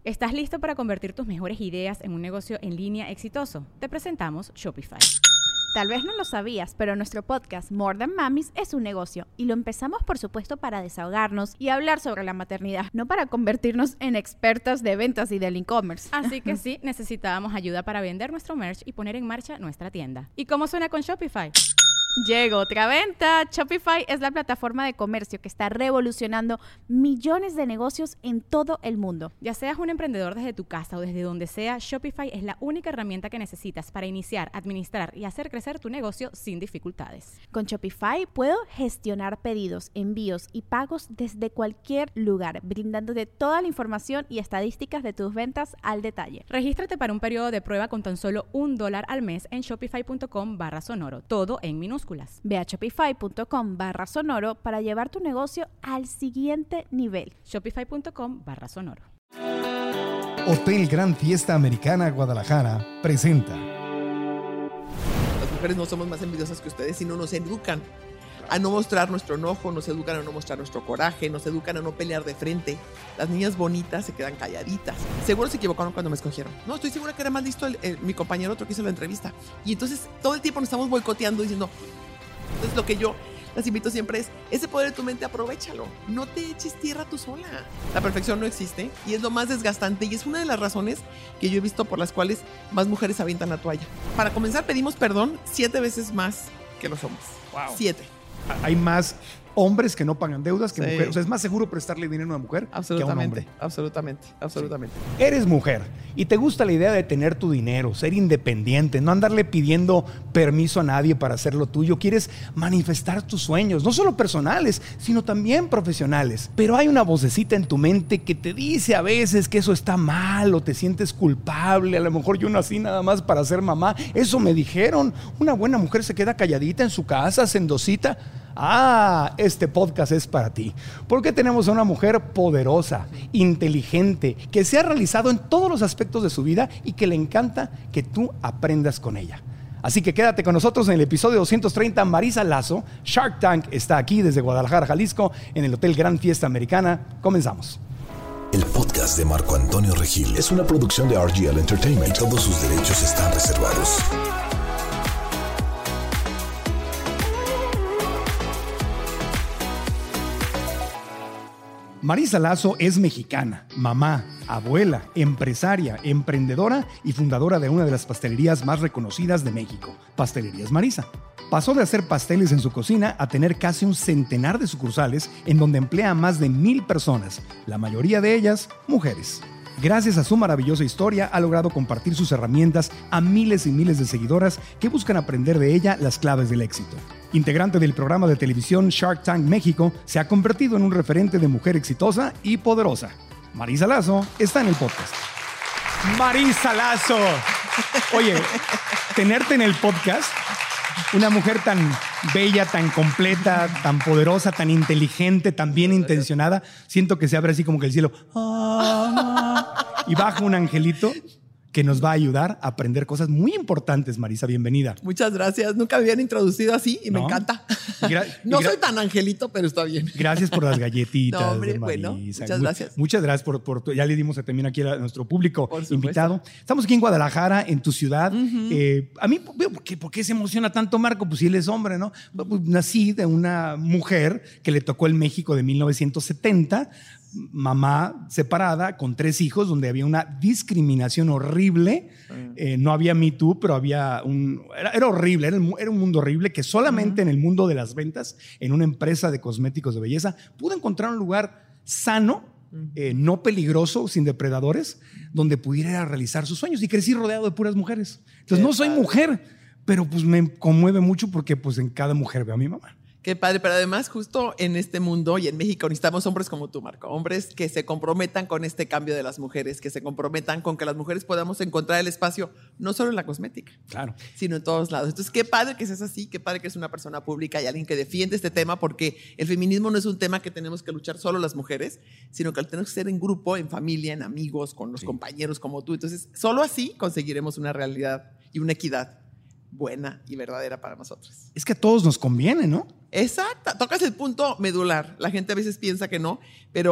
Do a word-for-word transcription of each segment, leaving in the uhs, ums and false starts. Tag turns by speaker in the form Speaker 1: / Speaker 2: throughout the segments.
Speaker 1: ¿Estás listo para convertir tus mejores ideas en un negocio en línea exitoso? Te presentamos Shopify.
Speaker 2: Tal vez no lo sabías, pero nuestro podcast More Than Mamis es un negocio y lo empezamos por supuesto para desahogarnos y hablar sobre la maternidad, no para convertirnos en expertas de ventas y del e-commerce.
Speaker 1: Así que sí, necesitábamos ayuda para vender nuestro merch y poner en marcha nuestra tienda. ¿Y cómo suena con Shopify?
Speaker 2: Llegó otra venta. Shopify es la plataforma de comercio que está revolucionando millones de negocios en todo el mundo.
Speaker 1: Ya seas un emprendedor desde tu casa o desde donde sea, Shopify es la única herramienta que necesitas para iniciar, administrar y hacer crecer tu negocio sin dificultades.
Speaker 2: Con Shopify puedo gestionar pedidos, envíos y pagos desde cualquier lugar, brindándote toda la información y estadísticas de tus ventas al detalle.
Speaker 1: Regístrate para un periodo de prueba con tan solo un dólar al mes en shopify.com barra sonoro, todo en minúsculas.
Speaker 2: Ve a shopify.com barra sonoro para llevar tu negocio al siguiente nivel.
Speaker 1: Shopify.com barra sonoro.
Speaker 3: Hotel Gran Fiesta Americana Guadalajara presenta.
Speaker 4: Las mujeres no somos más envidiosas que ustedes, sino nos educan a no mostrar nuestro enojo, nos educan a no mostrar nuestro coraje, nos educan a no pelear de frente. Las niñas bonitas se quedan calladitas. Seguro se equivocaron cuando me escogieron. No, estoy segura que era más listo el, el, mi compañero otro que hizo la entrevista. Y entonces todo el tiempo nos estamos boicoteando diciendo... Entonces lo que yo las invito siempre es, ese poder de tu mente, aprovéchalo. No te eches tierra tú sola. La perfección no existe y es lo más desgastante y es una de las razones que yo he visto por las cuales más mujeres avientan la toalla. Para comenzar, pedimos perdón siete veces más que los hombres.
Speaker 3: Wow.
Speaker 4: Siete.
Speaker 3: Hay más hombres que no pagan deudas que
Speaker 4: sí.
Speaker 3: mujeres. O sea, es más seguro prestarle dinero a una mujer que a un hombre.
Speaker 4: Absolutamente, absolutamente.
Speaker 3: Sí. Eres mujer y te gusta la idea de tener tu dinero, ser independiente, no andarle pidiendo permiso a nadie para hacer lo tuyo. Quieres manifestar tus sueños, no solo personales, sino también profesionales. Pero hay una vocecita en tu mente que te dice a veces que eso está mal o te sientes culpable. A lo mejor yo nací nada más para ser mamá. Eso me dijeron. Una buena mujer se queda calladita en su casa, sendosita. Ah, este podcast es para ti, porque tenemos a una mujer poderosa, inteligente, que se ha realizado en todos los aspectos de su vida y que le encanta que tú aprendas con ella. Así que quédate con nosotros en el episodio doscientos treinta. Marisa Lazo, Shark Tank, está aquí desde Guadalajara, Jalisco, en el Hotel Gran Fiesta Americana. Comenzamos.
Speaker 5: El podcast de Marco Antonio Regil es una producción de R G L Entertainment. Todos sus derechos están reservados.
Speaker 3: Marisa Lazo es mexicana, mamá, abuela, empresaria, emprendedora y fundadora de una de las pastelerías más reconocidas de México, Pastelerías Marisa. Pasó de hacer pasteles en su cocina a tener casi un centenar de sucursales en donde emplea a más de mil personas, la mayoría de ellas mujeres. Gracias a su maravillosa historia, ha logrado compartir sus herramientas a miles y miles de seguidoras que buscan aprender de ella las claves del éxito. Integrante del programa de televisión Shark Tank México, se ha convertido en un referente de mujer exitosa y poderosa. Marisa Lazo está en el podcast. Marisa Lazo. Oye, tenerte en el podcast, una mujer tan bella, tan completa, tan poderosa, tan inteligente, tan bien intencionada, siento que se abre así como que el cielo. Ah, y baja un angelito que nos va a ayudar a aprender cosas muy importantes. Marisa, bienvenida.
Speaker 4: Muchas gracias. Nunca me habían introducido así y
Speaker 3: ¿No?
Speaker 4: me encanta.
Speaker 3: Gra-
Speaker 4: no
Speaker 3: gra-
Speaker 4: soy tan angelito, pero está bien.
Speaker 3: Gracias por las galletitas.
Speaker 4: No, hombre,
Speaker 3: de Marisa.
Speaker 4: bueno, muchas
Speaker 3: Mu-
Speaker 4: gracias.
Speaker 3: Muchas gracias por, por tu- ya le dimos también aquí a nuestro público
Speaker 4: Por supuesto.
Speaker 3: invitado. Estamos aquí en Guadalajara, en tu ciudad.
Speaker 4: Uh-huh.
Speaker 3: Eh, a mí, ¿por qué, ¿por qué se emociona tanto Marco? Pues si él es hombre, ¿no? Pues nací de una mujer que le tocó el México de mil novecientos setenta, mamá separada con tres hijos, donde había una discriminación horrible. Uh-huh. Eh, no había Me Too, pero había un... Era, era horrible, era, el, era un mundo horrible que solamente uh-huh. en el mundo de las ventas, en una empresa de cosméticos de belleza, pudo encontrar un lugar sano, uh-huh. eh, no peligroso, sin depredadores, donde pudiera realizar sus sueños. Y crecí rodeado de puras mujeres. Entonces Qué no soy padre. mujer, pero pues me conmueve mucho porque pues en cada mujer veo a mi mamá.
Speaker 4: Qué padre, pero además justo en este mundo y en México necesitamos hombres como tú, Marco, hombres que se comprometan con este cambio de las mujeres, que se comprometan con que las mujeres podamos encontrar el espacio no solo en la cosmética,
Speaker 3: claro,
Speaker 4: sino en todos lados. Entonces, qué padre que seas así, qué padre que es una persona pública y alguien que defiende este tema, porque el feminismo no es un tema que tenemos que luchar solo las mujeres, sino que lo tenemos que hacer en grupo, en familia, en amigos, con los sí. compañeros como tú. Entonces, solo así conseguiremos una realidad y una equidad buena y verdadera para nosotros.
Speaker 3: Es que a todos nos conviene, ¿no?
Speaker 4: Exacto, tocas el punto medular. La gente a veces piensa que no, pero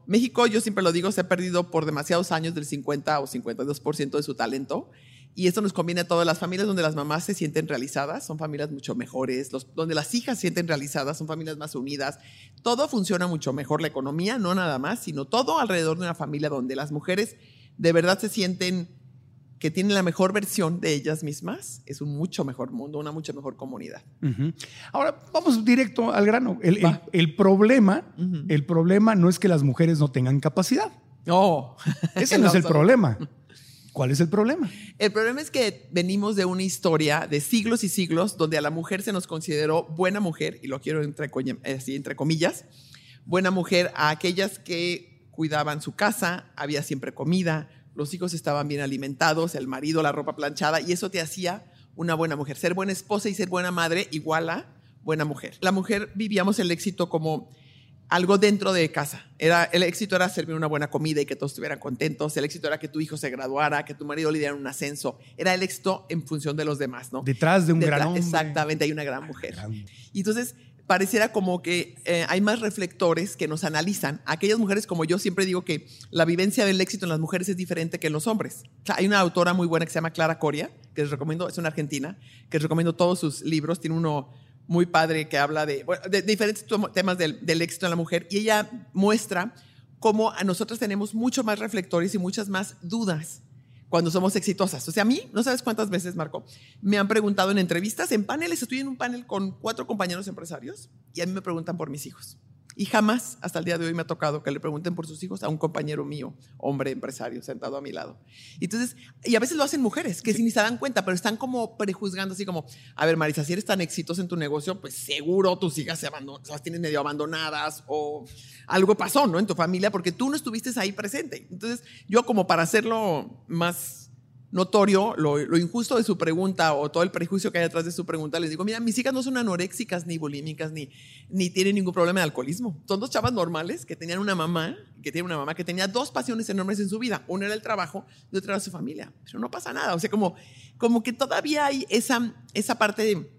Speaker 4: México, yo siempre lo digo, se ha perdido por demasiados años del cincuenta o cincuenta y dos por ciento de su talento. Y esto nos conviene a todas las familias donde las mamás se sienten realizadas, son familias mucho mejores, los, donde las hijas se sienten realizadas, son familias más unidas. Todo funciona mucho mejor, la economía, no nada más, sino todo alrededor de una familia donde las mujeres de verdad se sienten que tienen la mejor versión de ellas mismas. Es un mucho mejor mundo, una mucho mejor comunidad.
Speaker 3: Uh-huh. Ahora, vamos directo al grano. El, el, el, problema, uh-huh. el problema no es que las mujeres no tengan capacidad.
Speaker 4: No.
Speaker 3: Ese no es el problema. ¿Cuál es el problema?
Speaker 4: El problema es que venimos de una historia de siglos y siglos donde a la mujer se nos consideró buena mujer, y lo quiero entre, así, entre comillas, buena mujer a aquellas que cuidaban su casa, había siempre comida, los hijos estaban bien alimentados, el marido, la ropa planchada, y eso te hacía una buena mujer. Ser buena esposa y ser buena madre igual a buena mujer. La mujer vivíamos el éxito como algo dentro de casa. Era, el éxito era servir una buena comida y que todos estuvieran contentos. El éxito era que tu hijo se graduara, que tu marido le diera un ascenso. Era el éxito en función de los demás, ¿no?
Speaker 3: Detrás de un
Speaker 4: Detrás,
Speaker 3: gran hombre.
Speaker 4: Exactamente, hay una gran mujer. Gran. Y entonces pareciera como que eh, hay más reflectores que nos analizan. Aquellas mujeres, como yo siempre digo, que la vivencia del éxito en las mujeres es diferente que en los hombres. O sea, hay una autora muy buena que se llama Clara Coria, que les recomiendo, es una argentina, que les recomiendo todos sus libros. Tiene uno muy padre que habla de, bueno, de, de diferentes temas del, del éxito en la mujer, y ella muestra cómo a nosotros tenemos mucho más reflectores y muchas más dudas cuando somos exitosas. O sea, a mí, no sabes cuántas veces, Marco, me han preguntado en entrevistas, en paneles, estoy en un panel con cuatro compañeros empresarios y a mí me preguntan por mis hijos. Y jamás, hasta el día de hoy, me ha tocado que le pregunten por sus hijos a un compañero mío, hombre empresario, sentado a mi lado. Entonces, y a veces lo hacen mujeres, que sí. ni se dan cuenta, pero están como prejuzgando, así como, a ver, Marisa, si eres tan exitosa en tu negocio, pues seguro tus hijas se abandon- las tienes medio abandonadas o algo pasó, ¿no? En tu familia, porque tú no estuviste ahí presente. Entonces, yo como para hacerlo más notorio, lo, lo injusto de su pregunta o todo el prejuicio que hay detrás de su pregunta, les digo, mira, mis hijas no son anoréxicas, ni bulímicas, ni, ni tienen ningún problema de alcoholismo. Son dos chavas normales que tenían una mamá, que tiene una mamá que tenía dos pasiones enormes en su vida. Una era el trabajo y otra era su familia. Pero no pasa nada. O sea, como, como que todavía hay esa, esa parte de,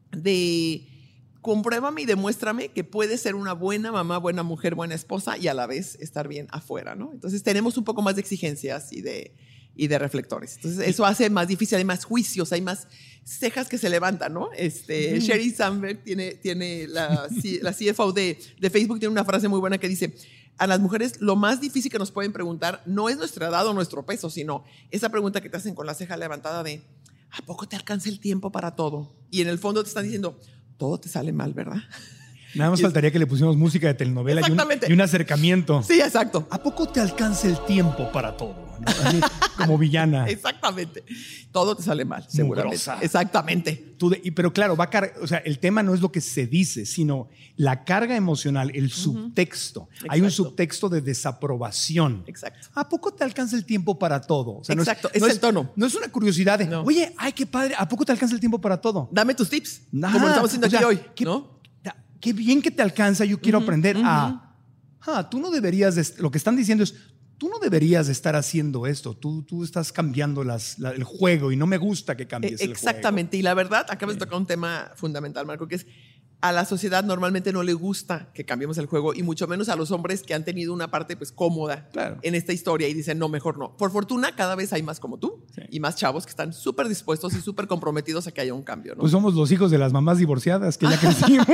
Speaker 4: de compruébame y demuéstrame que puedes ser una buena mamá, buena mujer, buena esposa y a la vez estar bien afuera, ¿no? Entonces tenemos un poco más de exigencias y de... y de reflectores. Entonces, eso hace más difícil, hay más juicios, hay más cejas que se levantan, ¿no? Este, mm. Sheryl Sandberg tiene, tiene la, la C F O de, de Facebook, tiene una frase muy buena que dice, a las mujeres lo más difícil que nos pueden preguntar no es nuestra edad o nuestro peso, sino esa pregunta que te hacen con la ceja levantada de, ¿a poco te alcanza el tiempo para todo? Y en el fondo te están diciendo, todo te sale mal, ¿verdad?
Speaker 3: Nada más faltaría que le pusiéramos música de telenovela y un, y un acercamiento.
Speaker 4: Sí, exacto.
Speaker 3: ¿A poco te alcanza el tiempo para todo? ¿No? Así, como villana.
Speaker 4: Exactamente. Todo te sale mal, seguramente.
Speaker 3: Mugrosa.
Speaker 4: Exactamente.
Speaker 3: Tú de, y, pero claro, va a car- o sea, el tema no es lo que se dice, sino la carga emocional, el subtexto. Uh-huh. Hay un subtexto de desaprobación.
Speaker 4: Exacto.
Speaker 3: ¿A poco te alcanza el tiempo para todo? O sea,
Speaker 4: exacto,
Speaker 3: no es,
Speaker 4: es
Speaker 3: no
Speaker 4: el tono.
Speaker 3: No es una curiosidad de, no. oye, ay, qué padre, ¿a poco te alcanza el tiempo para todo?
Speaker 4: Dame tus tips,
Speaker 3: Nah,
Speaker 4: como lo estamos haciendo aquí
Speaker 3: sea,
Speaker 4: hoy,
Speaker 3: ¿qué,
Speaker 4: ¿no?
Speaker 3: Qué bien que te alcanza, yo quiero uh-huh, aprender uh-huh. a, ah, tú no deberías, de, lo que están diciendo es, tú no deberías de estar haciendo esto, tú, tú estás cambiando las, la, el juego y no me gusta que cambies
Speaker 4: eh,
Speaker 3: el juego.
Speaker 4: Exactamente, y la verdad, acabas de tocar un tema fundamental, Marco, que es, a la sociedad normalmente no le gusta que cambiemos el juego y mucho menos a los hombres que han tenido una parte pues cómoda
Speaker 3: claro.
Speaker 4: en esta historia y dicen, no, mejor no. Por fortuna, cada vez hay más como tú sí. y más chavos que están súper dispuestos y súper comprometidos a que haya un cambio, ¿no?
Speaker 3: Pues somos los hijos de las mamás divorciadas que ya crecimos.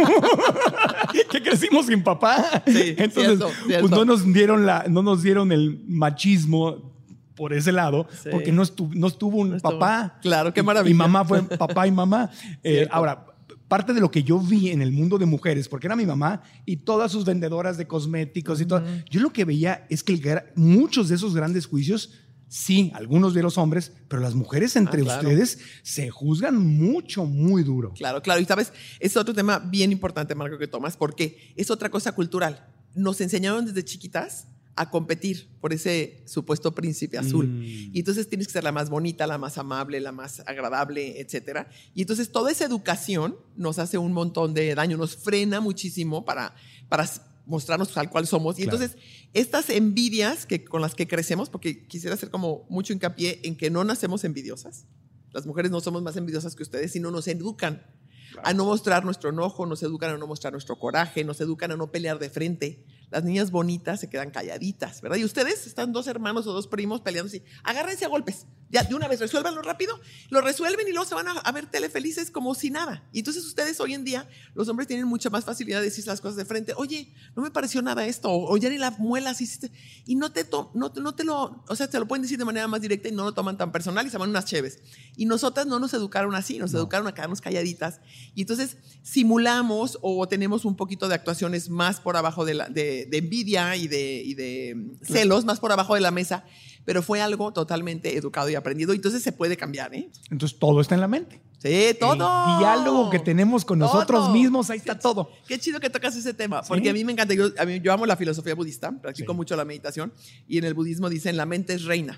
Speaker 3: que crecimos sin papá.
Speaker 4: Sí,
Speaker 3: Entonces,
Speaker 4: cierto, cierto.
Speaker 3: pues no nos dieron la, no nos dieron el machismo por ese lado, sí. porque no estuvo, no estuvo un no estuvo. papá.
Speaker 4: Claro, qué maravilla.
Speaker 3: Y, y mamá fue papá y mamá. Eh, ahora, parte de lo que yo vi en el mundo de mujeres, porque era mi mamá y todas sus vendedoras de cosméticos uh-huh. y todo, yo lo que veía es que el, muchos de esos grandes juicios, sí, algunos de los hombres, pero las mujeres entre ah, claro. ustedes se juzgan mucho, muy duro.
Speaker 4: Claro, claro. Y sabes, es otro tema bien importante, Marco, que tomas, porque es otra cosa cultural. Nos enseñaron desde chiquitas a competir por ese supuesto príncipe azul. Mm. Y entonces tienes que ser la más bonita, la más amable, la más agradable, etcétera. Y entonces toda esa educación nos hace un montón de daño, nos frena muchísimo para, para mostrarnos tal cual somos. Y claro. entonces estas envidias que, con las que crecemos, porque quisiera hacer como mucho hincapié en que no nacemos envidiosas. Las mujeres no somos más envidiosas que ustedes, sino nos educan claro. a no mostrar nuestro enojo, nos educan a no mostrar nuestro coraje, nos educan a no pelear de frente. las niñas bonitas se quedan calladitas, ¿verdad? Y ustedes están dos hermanos o dos primos peleando así, agárrense a golpes, ya de una vez, resuélvanlo rápido, lo resuelven y luego se van a, a ver tele felices como si nada. Y entonces ustedes hoy en día, los hombres tienen mucha más facilidad de decir las cosas de frente, oye, no me pareció nada esto, o, o ya ni la muelas hiciste, y no te, to, no, no te lo, o sea, te lo pueden decir de manera más directa y no lo toman tan personal y se van unas cheves. Y nosotras no nos educaron así, nos no. educaron a quedarnos calladitas, y entonces simulamos o tenemos un poquito de actuaciones más por abajo de, la, de, de envidia y de, y de celos, más por abajo de la mesa, pero fue algo totalmente educado y aprendido, y entonces se puede cambiar, ¿eh?
Speaker 3: Entonces todo está en la mente.
Speaker 4: Sí, todo.
Speaker 3: El diálogo que tenemos con todo. nosotros mismos, ahí está
Speaker 4: qué,
Speaker 3: todo.
Speaker 4: Qué chido que tocas ese tema, porque ¿sí? a mí me encanta. Yo, a mí, yo amo la filosofía budista, practico sí. mucho la meditación, y en el budismo dicen la mente es reina.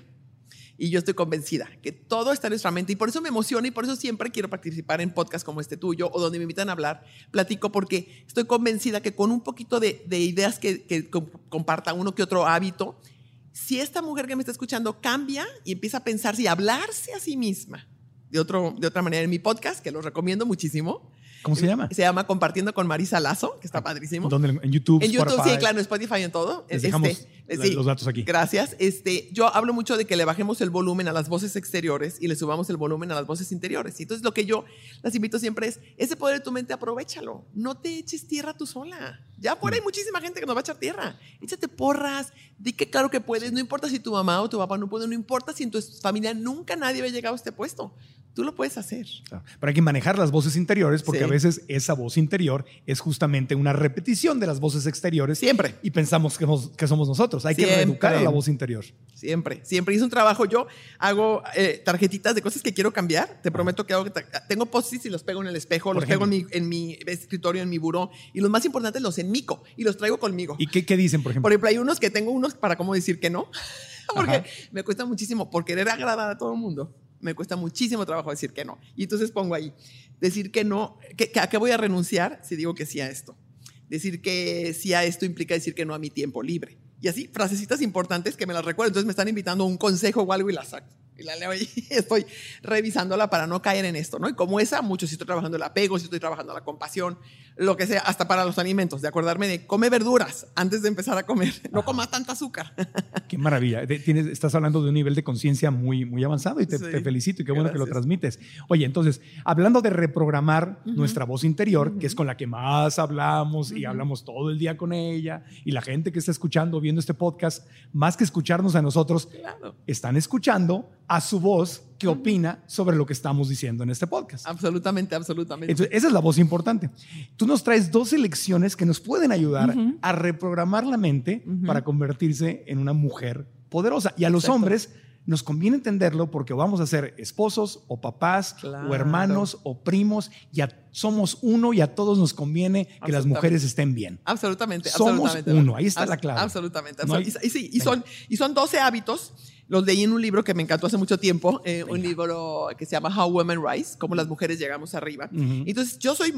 Speaker 4: Y yo estoy convencida que todo está en nuestra mente, y por eso me emociona y por eso siempre quiero participar en podcasts como este tuyo o donde me invitan a hablar, platico, porque estoy convencida que con un poquito de, de ideas que, que comparta uno que otro hábito, si esta mujer que me está escuchando cambia y empieza a pensarse y a hablarse a sí misma de, otro, de otra manera en mi podcast, que lo recomiendo muchísimo.
Speaker 3: ¿Cómo se llama?
Speaker 4: Se llama Compartiendo con Marisa Lazo, que está padrísimo.
Speaker 3: ¿Dónde? ¿En YouTube?
Speaker 4: En YouTube,
Speaker 3: Spotify.
Speaker 4: sí, claro, en Spotify, en todo.
Speaker 3: Les dejamos
Speaker 4: este,
Speaker 3: la,
Speaker 4: sí,
Speaker 3: los datos aquí.
Speaker 4: Gracias. Este, yo hablo mucho de que le bajemos el volumen a las voces exteriores y le subamos el volumen a las voces interiores. Y entonces lo que yo las invito siempre es, ese poder de tu mente, aprovéchalo. No te eches tierra tú sola. Ya afuera hay muchísima gente que nos va a echar tierra. Échate porras, di que claro que puedes. No importa si tu mamá o tu papá no puede, no importa si en tu familia nunca nadie había llegado a este puesto. Tú lo puedes hacer.
Speaker 3: Claro. Pero hay que manejar las voces interiores, porque sí. a veces esa voz interior es justamente una repetición de las voces exteriores.
Speaker 4: Siempre.
Speaker 3: Y pensamos que, nos, que somos nosotros. Hay siempre. que reeducar a la voz interior.
Speaker 4: Siempre, siempre. Hice un trabajo. Yo hago eh, tarjetitas de cosas que quiero cambiar. Te prometo que hago. Tengo post-its y los pego en el espejo, Por los ejemplo. pego en mi, en mi escritorio, en mi buró. Y los más importantes los enmico y los traigo conmigo.
Speaker 3: ¿Y qué, qué dicen, por ejemplo?
Speaker 4: Por ejemplo, hay unos que tengo unos para cómo decir que no. Porque Ajá. me cuesta muchísimo por querer agradar a todo el mundo. Me cuesta muchísimo trabajo decir que no. Y entonces pongo ahí, decir que no, que, que, ¿a qué voy a renunciar si digo que sí a esto? Decir que sí a esto implica decir que no a mi tiempo libre. Y así, frasecitas importantes que me las recuerdo. Entonces me están invitando a un consejo o algo y la saco. Y la leo y estoy revisándola para no caer en esto, ¿no? Y como esa, mucho si estoy trabajando el apego, si estoy trabajando la compasión, lo que sea, hasta para los alimentos, de acordarme de come verduras antes de empezar a comer, no comas tanta azúcar.
Speaker 3: Qué maravilla. Tienes, estás hablando de un nivel de conciencia muy, muy avanzado y te, sí. te felicito y qué bueno Gracias. que lo transmites. Oye, entonces, hablando de reprogramar uh-huh. nuestra voz interior, uh-huh. que es con la que más hablamos uh-huh. y hablamos todo el día con ella, y la gente que está escuchando, viendo este podcast, más que escucharnos a nosotros, claro. están escuchando a su voz que opina sobre lo que estamos diciendo en este podcast.
Speaker 4: Absolutamente, absolutamente.
Speaker 3: Entonces, esa es la voz importante. Tú nos traes dos lecciones que nos pueden ayudar uh-huh. a reprogramar la mente uh-huh. para convertirse en una mujer poderosa. Y a los Exacto. hombres nos conviene entenderlo porque vamos a ser esposos o papás claro. o hermanos o primos. Ya somos uno y a todos nos conviene que las mujeres estén bien.
Speaker 4: Absolutamente.
Speaker 3: Somos
Speaker 4: absolutamente.
Speaker 3: uno. Ahí está Abs- la clave.
Speaker 4: Absolutamente. No hay... y, y, sí, y, son, y son doce hábitos. Los leí en un libro que me encantó hace mucho tiempo, eh, un libro que se llama How Women Rise, cómo las mujeres llegamos arriba. Uh-huh. Entonces, yo soy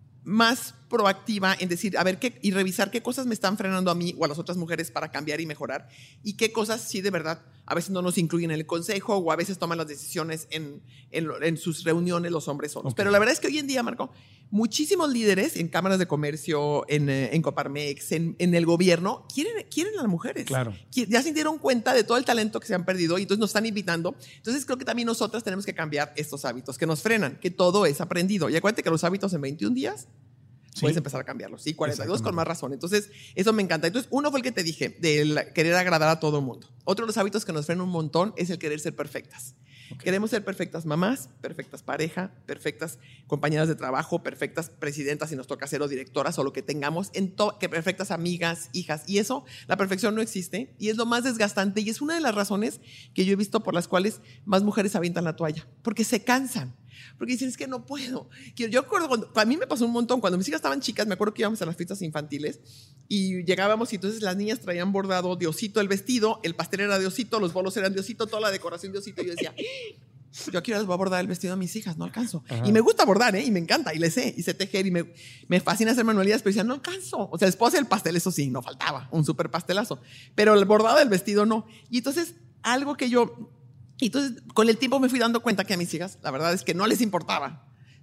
Speaker 4: más proactiva en decir, a ver, qué, y revisar qué cosas me están frenando a mí o a las otras mujeres para cambiar y mejorar, y qué cosas sí de verdad a veces no nos incluyen en el consejo o a veces toman las decisiones en, en, en sus reuniones los hombres solos. Okay. Pero la verdad es que hoy en día, Marco, muchísimos líderes en cámaras de comercio, en, en Coparmex, en, en el gobierno, quieren, quieren a las mujeres.
Speaker 3: Claro.
Speaker 4: Ya se dieron cuenta de todo el talento que se han perdido y entonces nos están invitando. Entonces creo que también nosotras tenemos que cambiar estos hábitos que nos frenan, que todo es aprendido. Y acuérdate que los hábitos en veintiún días sí. puedes empezar a cambiarlos. Sí, cuarenta y dos con más razón. Entonces, eso me encanta. Entonces, uno fue el que te dije, de querer agradar a todo el mundo. Otro de los hábitos que nos frenan un montón es el querer ser perfectas. Okay. Queremos ser perfectas mamás, perfectas pareja, perfectas compañeras de trabajo, perfectas presidentas si nos toca ser o directoras o lo que tengamos, en to- que perfectas amigas, hijas. Y eso, la perfección no existe y es lo más desgastante y es una de las razones que yo he visto por las cuales más mujeres avientan la toalla, porque se cansan. Porque dicen, es que no puedo. Yo acuerdo, cuando, a mí me pasó un montón. Cuando mis hijas estaban chicas, me acuerdo que íbamos a las fiestas infantiles y llegábamos y entonces las niñas traían bordado de osito el vestido, el pastel era de osito, los bolos eran de osito, toda la decoración de osito. Y yo decía, yo aquí les voy a bordar el vestido a mis hijas, no alcanzo. Ajá. Y me gusta bordar, ¿eh? Y me encanta, y le sé, y sé tejer, y me, me fascina hacer manualidades, pero decía, no alcanzo. O sea, después el pastel, eso sí, no faltaba, un súper pastelazo. Pero el bordado del vestido no. Y entonces, algo que yo... Y entonces, con el tiempo me fui dando cuenta que a mis hijas, la verdad es que no les importaba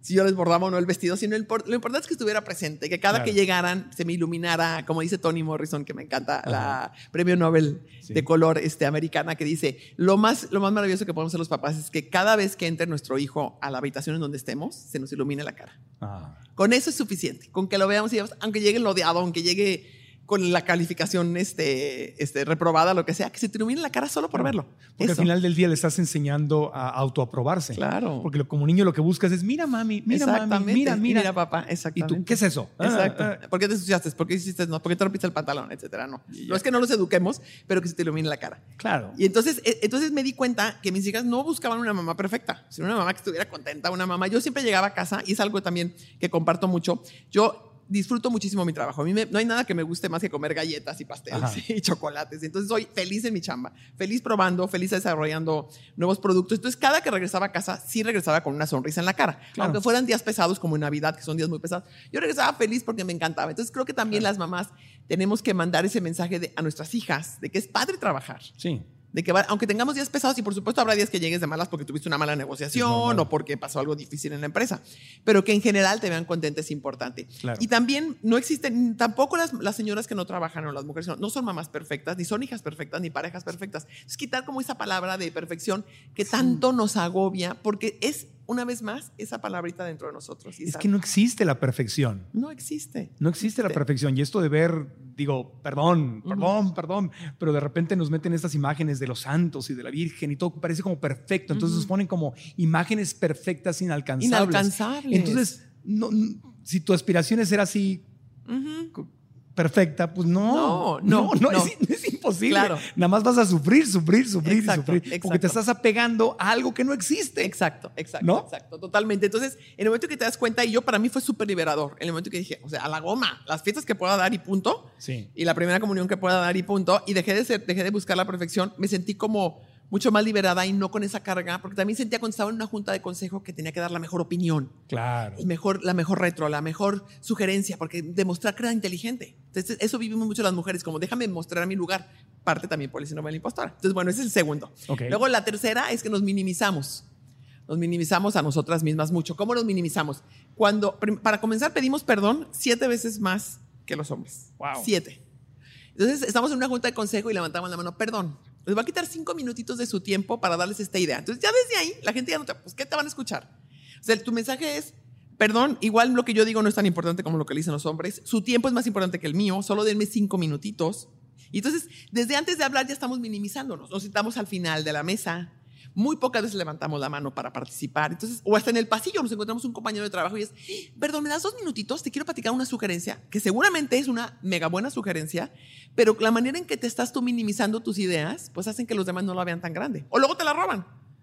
Speaker 4: si yo les bordaba o no el vestido, sino el, lo importante es que estuviera presente, que cada claro. que llegaran se me iluminara, como dice Toni Morrison, que me encanta, ajá. la premio Nobel sí. de color este, americana, que dice, lo más, lo más maravilloso que podemos hacer los papás es que cada vez que entre nuestro hijo a la habitación en donde estemos, se nos ilumine la cara. Ah. Con eso es suficiente, con que lo veamos, y aunque llegue el odiado, aunque llegue con la calificación este, este, reprobada, lo que sea, que se te ilumine la cara solo por
Speaker 3: claro.
Speaker 4: verlo.
Speaker 3: Porque eso. Al final del día le estás enseñando a autoaprobarse.
Speaker 4: Claro.
Speaker 3: Porque como niño lo que buscas es, mira mami, mira mami, mira, mira.
Speaker 4: Mira papá, exactamente.
Speaker 3: ¿Y tú qué es eso?
Speaker 4: Exacto.
Speaker 3: Ah,
Speaker 4: ah. ¿Por qué te ensuciaste? ¿Por qué hiciste no? ¿Por qué te rompiste el pantalón? Etcétera. No. No es que no los eduquemos, pero que se te ilumine la cara.
Speaker 3: Claro.
Speaker 4: Y entonces, entonces me di cuenta que mis hijas no buscaban una mamá perfecta, sino una mamá que estuviera contenta, una mamá. Yo siempre llegaba a casa, y es algo también que comparto mucho. Yo disfruto muchísimo mi trabajo. A mí me, no hay nada que me guste más que comer galletas y pasteles Ajá. y chocolates. Entonces soy feliz en mi chamba, feliz probando, feliz desarrollando nuevos productos. Entonces cada que regresaba a casa, sí regresaba con una sonrisa en la cara. Claro. Aunque fueran días pesados como en Navidad, que son días muy pesados, yo regresaba feliz porque me encantaba. Entonces creo que también claro. las mamás tenemos que mandar ese mensaje de, a nuestras hijas de que es padre trabajar.
Speaker 3: Sí.
Speaker 4: De que va, aunque tengamos días pesados, y por supuesto habrá días que llegues de malas porque tuviste una mala negociación o porque pasó algo difícil en la empresa, pero que en general te vean contenta es importante. Claro. Y también no existen, tampoco las, las señoras que no trabajan o las mujeres no, no son mamás perfectas, ni son hijas perfectas, ni parejas perfectas. Es quitar como esa palabra de perfección que sí. tanto nos agobia, porque es, una vez más, esa palabrita dentro de nosotros. Y
Speaker 3: es que no existe la perfección.
Speaker 4: No existe.
Speaker 3: No existe la perfección. Y esto de ver, digo, perdón, perdón, uh-huh. perdón, pero de repente nos meten estas imágenes de los santos y de la Virgen y todo parece como perfecto. Entonces uh-huh. nos ponen como imágenes perfectas inalcanzables.
Speaker 4: Inalcanzables.
Speaker 3: Entonces, no, si tu aspiración es ser así uh-huh. perfecta, pues no.
Speaker 4: No, no,
Speaker 3: no, no,
Speaker 4: no.
Speaker 3: Es, es imposible.
Speaker 4: Claro.
Speaker 3: Nada más vas a sufrir, sufrir, sufrir
Speaker 4: exacto,
Speaker 3: y sufrir.
Speaker 4: Exacto.
Speaker 3: Porque te estás apegando a algo que no existe.
Speaker 4: Exacto, exacto,
Speaker 3: ¿no?
Speaker 4: exacto, totalmente. Entonces, en el momento que te das cuenta, y yo para mí fue súper liberador, en el momento que dije, o sea, a la goma, las fiestas que pueda dar y punto,
Speaker 3: sí.
Speaker 4: y la primera comunión que pueda dar y punto, y dejé de, ser, dejé de buscar la perfección, me sentí como mucho más liberada y no con esa carga, porque también sentía cuando estaba en una junta de consejo que tenía que dar la mejor opinión.
Speaker 3: Claro.
Speaker 4: El mejor, la mejor retro, la mejor sugerencia, porque demostrar que era inteligente. Entonces, eso vivimos mucho las mujeres, como déjame mostrar mi lugar. Parte también por el síndrome de la impostora. Entonces, bueno, ese es el segundo.
Speaker 3: Okay.
Speaker 4: Luego, la tercera es que nos minimizamos. Nos minimizamos a nosotras mismas mucho. ¿Cómo nos minimizamos? Cuando, para comenzar, pedimos perdón siete veces más que los hombres.
Speaker 3: Wow.
Speaker 4: Siete. Entonces, estamos en una junta de consejo y levantamos la mano, perdón. Les va a quitar cinco minutitos de su tiempo para darles esta idea. Entonces, ya desde ahí, la gente ya no te... Pues, ¿qué te van a escuchar? O sea, tu mensaje es, perdón, igual lo que yo digo no es tan importante como lo que le dicen los hombres. Su tiempo es más importante que el mío. Solo denme cinco minutitos. Y entonces, desde antes de hablar ya estamos minimizándonos. Nos sentamos al final de la mesa. Muy pocas veces levantamos la mano para participar. Entonces, o hasta en el pasillo nos encontramos un compañero de trabajo y es, perdón, ¿me das dos minutitos? Te quiero platicar una sugerencia, que seguramente es una mega buena sugerencia, pero la manera en que te estás tú minimizando tus ideas, pues hacen que los demás no la vean tan grande. O luego te la roban.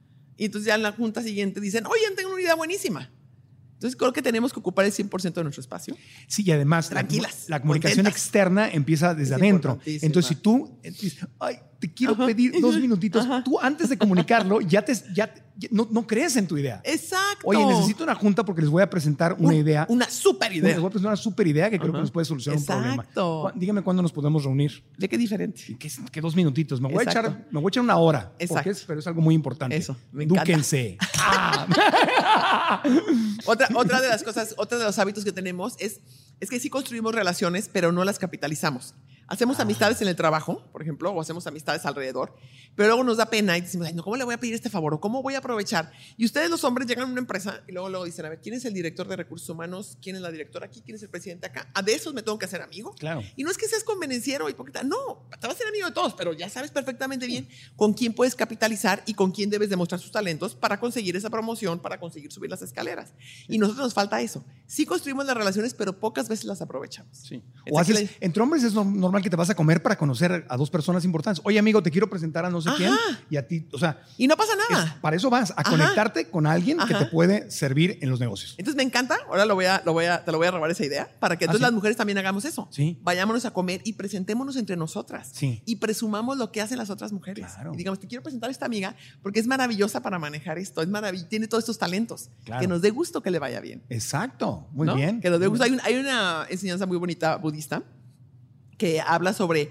Speaker 4: Y entonces ya en la junta siguiente dicen, oye, tengo una idea buenísima. Entonces creo que tenemos que ocupar el cien por ciento de nuestro espacio.
Speaker 3: Sí, y además
Speaker 4: tranquilas,
Speaker 3: la, la comunicación
Speaker 4: contentas.
Speaker 3: Externa empieza desde
Speaker 4: es
Speaker 3: adentro. Entonces si tú dices, ay, te quiero Ajá. pedir dos minutitos, Ajá. tú antes de comunicarlo ya, te, ya, ya no, no crees en tu idea.
Speaker 4: Exacto.
Speaker 3: Oye, necesito una junta porque les voy a presentar una
Speaker 4: Un,
Speaker 3: idea.
Speaker 4: Una súper idea.
Speaker 3: Les voy a presentar una súper idea que Ajá. creo que nos puede solucionar
Speaker 4: Exacto.
Speaker 3: un problema. Dígame cuándo nos podemos reunir.
Speaker 4: ¿De qué diferente?
Speaker 3: Que, que dos minutitos. Me voy, a echar, me voy a echar una hora.
Speaker 4: Exacto.
Speaker 3: Es, pero es algo muy importante.
Speaker 4: Eso, me encanta.
Speaker 3: Edúquense.
Speaker 4: Ah. otra, otra de las cosas, otro de los hábitos que tenemos es, es que sí construimos relaciones, pero no las capitalizamos. Hacemos ah. amistades en el trabajo, por ejemplo, o hacemos amistades alrededor, pero luego nos da pena y decimos, ay, no, ¿cómo le voy a pedir este favor? ¿O cómo voy a aprovechar? Y ustedes, los hombres, llegan a una empresa y luego, luego dicen, a ver, ¿quién es el director de recursos humanos? ¿Quién es la directora aquí? ¿Quién es el presidente acá? ¿A de esos me tengo que hacer amigo?
Speaker 3: Claro.
Speaker 4: Y no es que seas convenenciero o hipócrita, no, te vas a ser amigo de todos, pero ya sabes perfectamente bien con quién puedes capitalizar y con quién debes demostrar sus talentos para conseguir esa promoción, para conseguir subir las escaleras. Y nosotros nos falta eso. Sí construimos las relaciones, pero pocas veces las aprovechamos.
Speaker 3: Sí. O haces, le... entre hombres es normal que te vas a comer para conocer a dos personas importantes. Oye, amigo, te quiero presentar a no sé Ajá. quién y a ti, o sea...
Speaker 4: Y no pasa nada.
Speaker 3: Es, para eso vas, a Ajá. conectarte con alguien Ajá. que te puede servir en los negocios.
Speaker 4: Entonces me encanta, ahora lo voy a, lo voy a, te lo voy a robar esa idea, para que entonces ¿Ah, sí? las mujeres también hagamos eso.
Speaker 3: Sí.
Speaker 4: Vayámonos a comer y presentémonos entre nosotras.
Speaker 3: Sí.
Speaker 4: Y presumamos lo que hacen las otras mujeres.
Speaker 3: Claro.
Speaker 4: Y digamos, te quiero presentar a esta amiga porque es maravillosa para manejar esto, es maravillosa, tiene todos estos talentos.
Speaker 3: Claro.
Speaker 4: Que nos dé gusto que le vaya bien.
Speaker 3: Exacto, muy
Speaker 4: ¿No?
Speaker 3: bien.
Speaker 4: Que nos dé gusto. Hay, un, hay una enseñanza muy bonita budista que habla sobre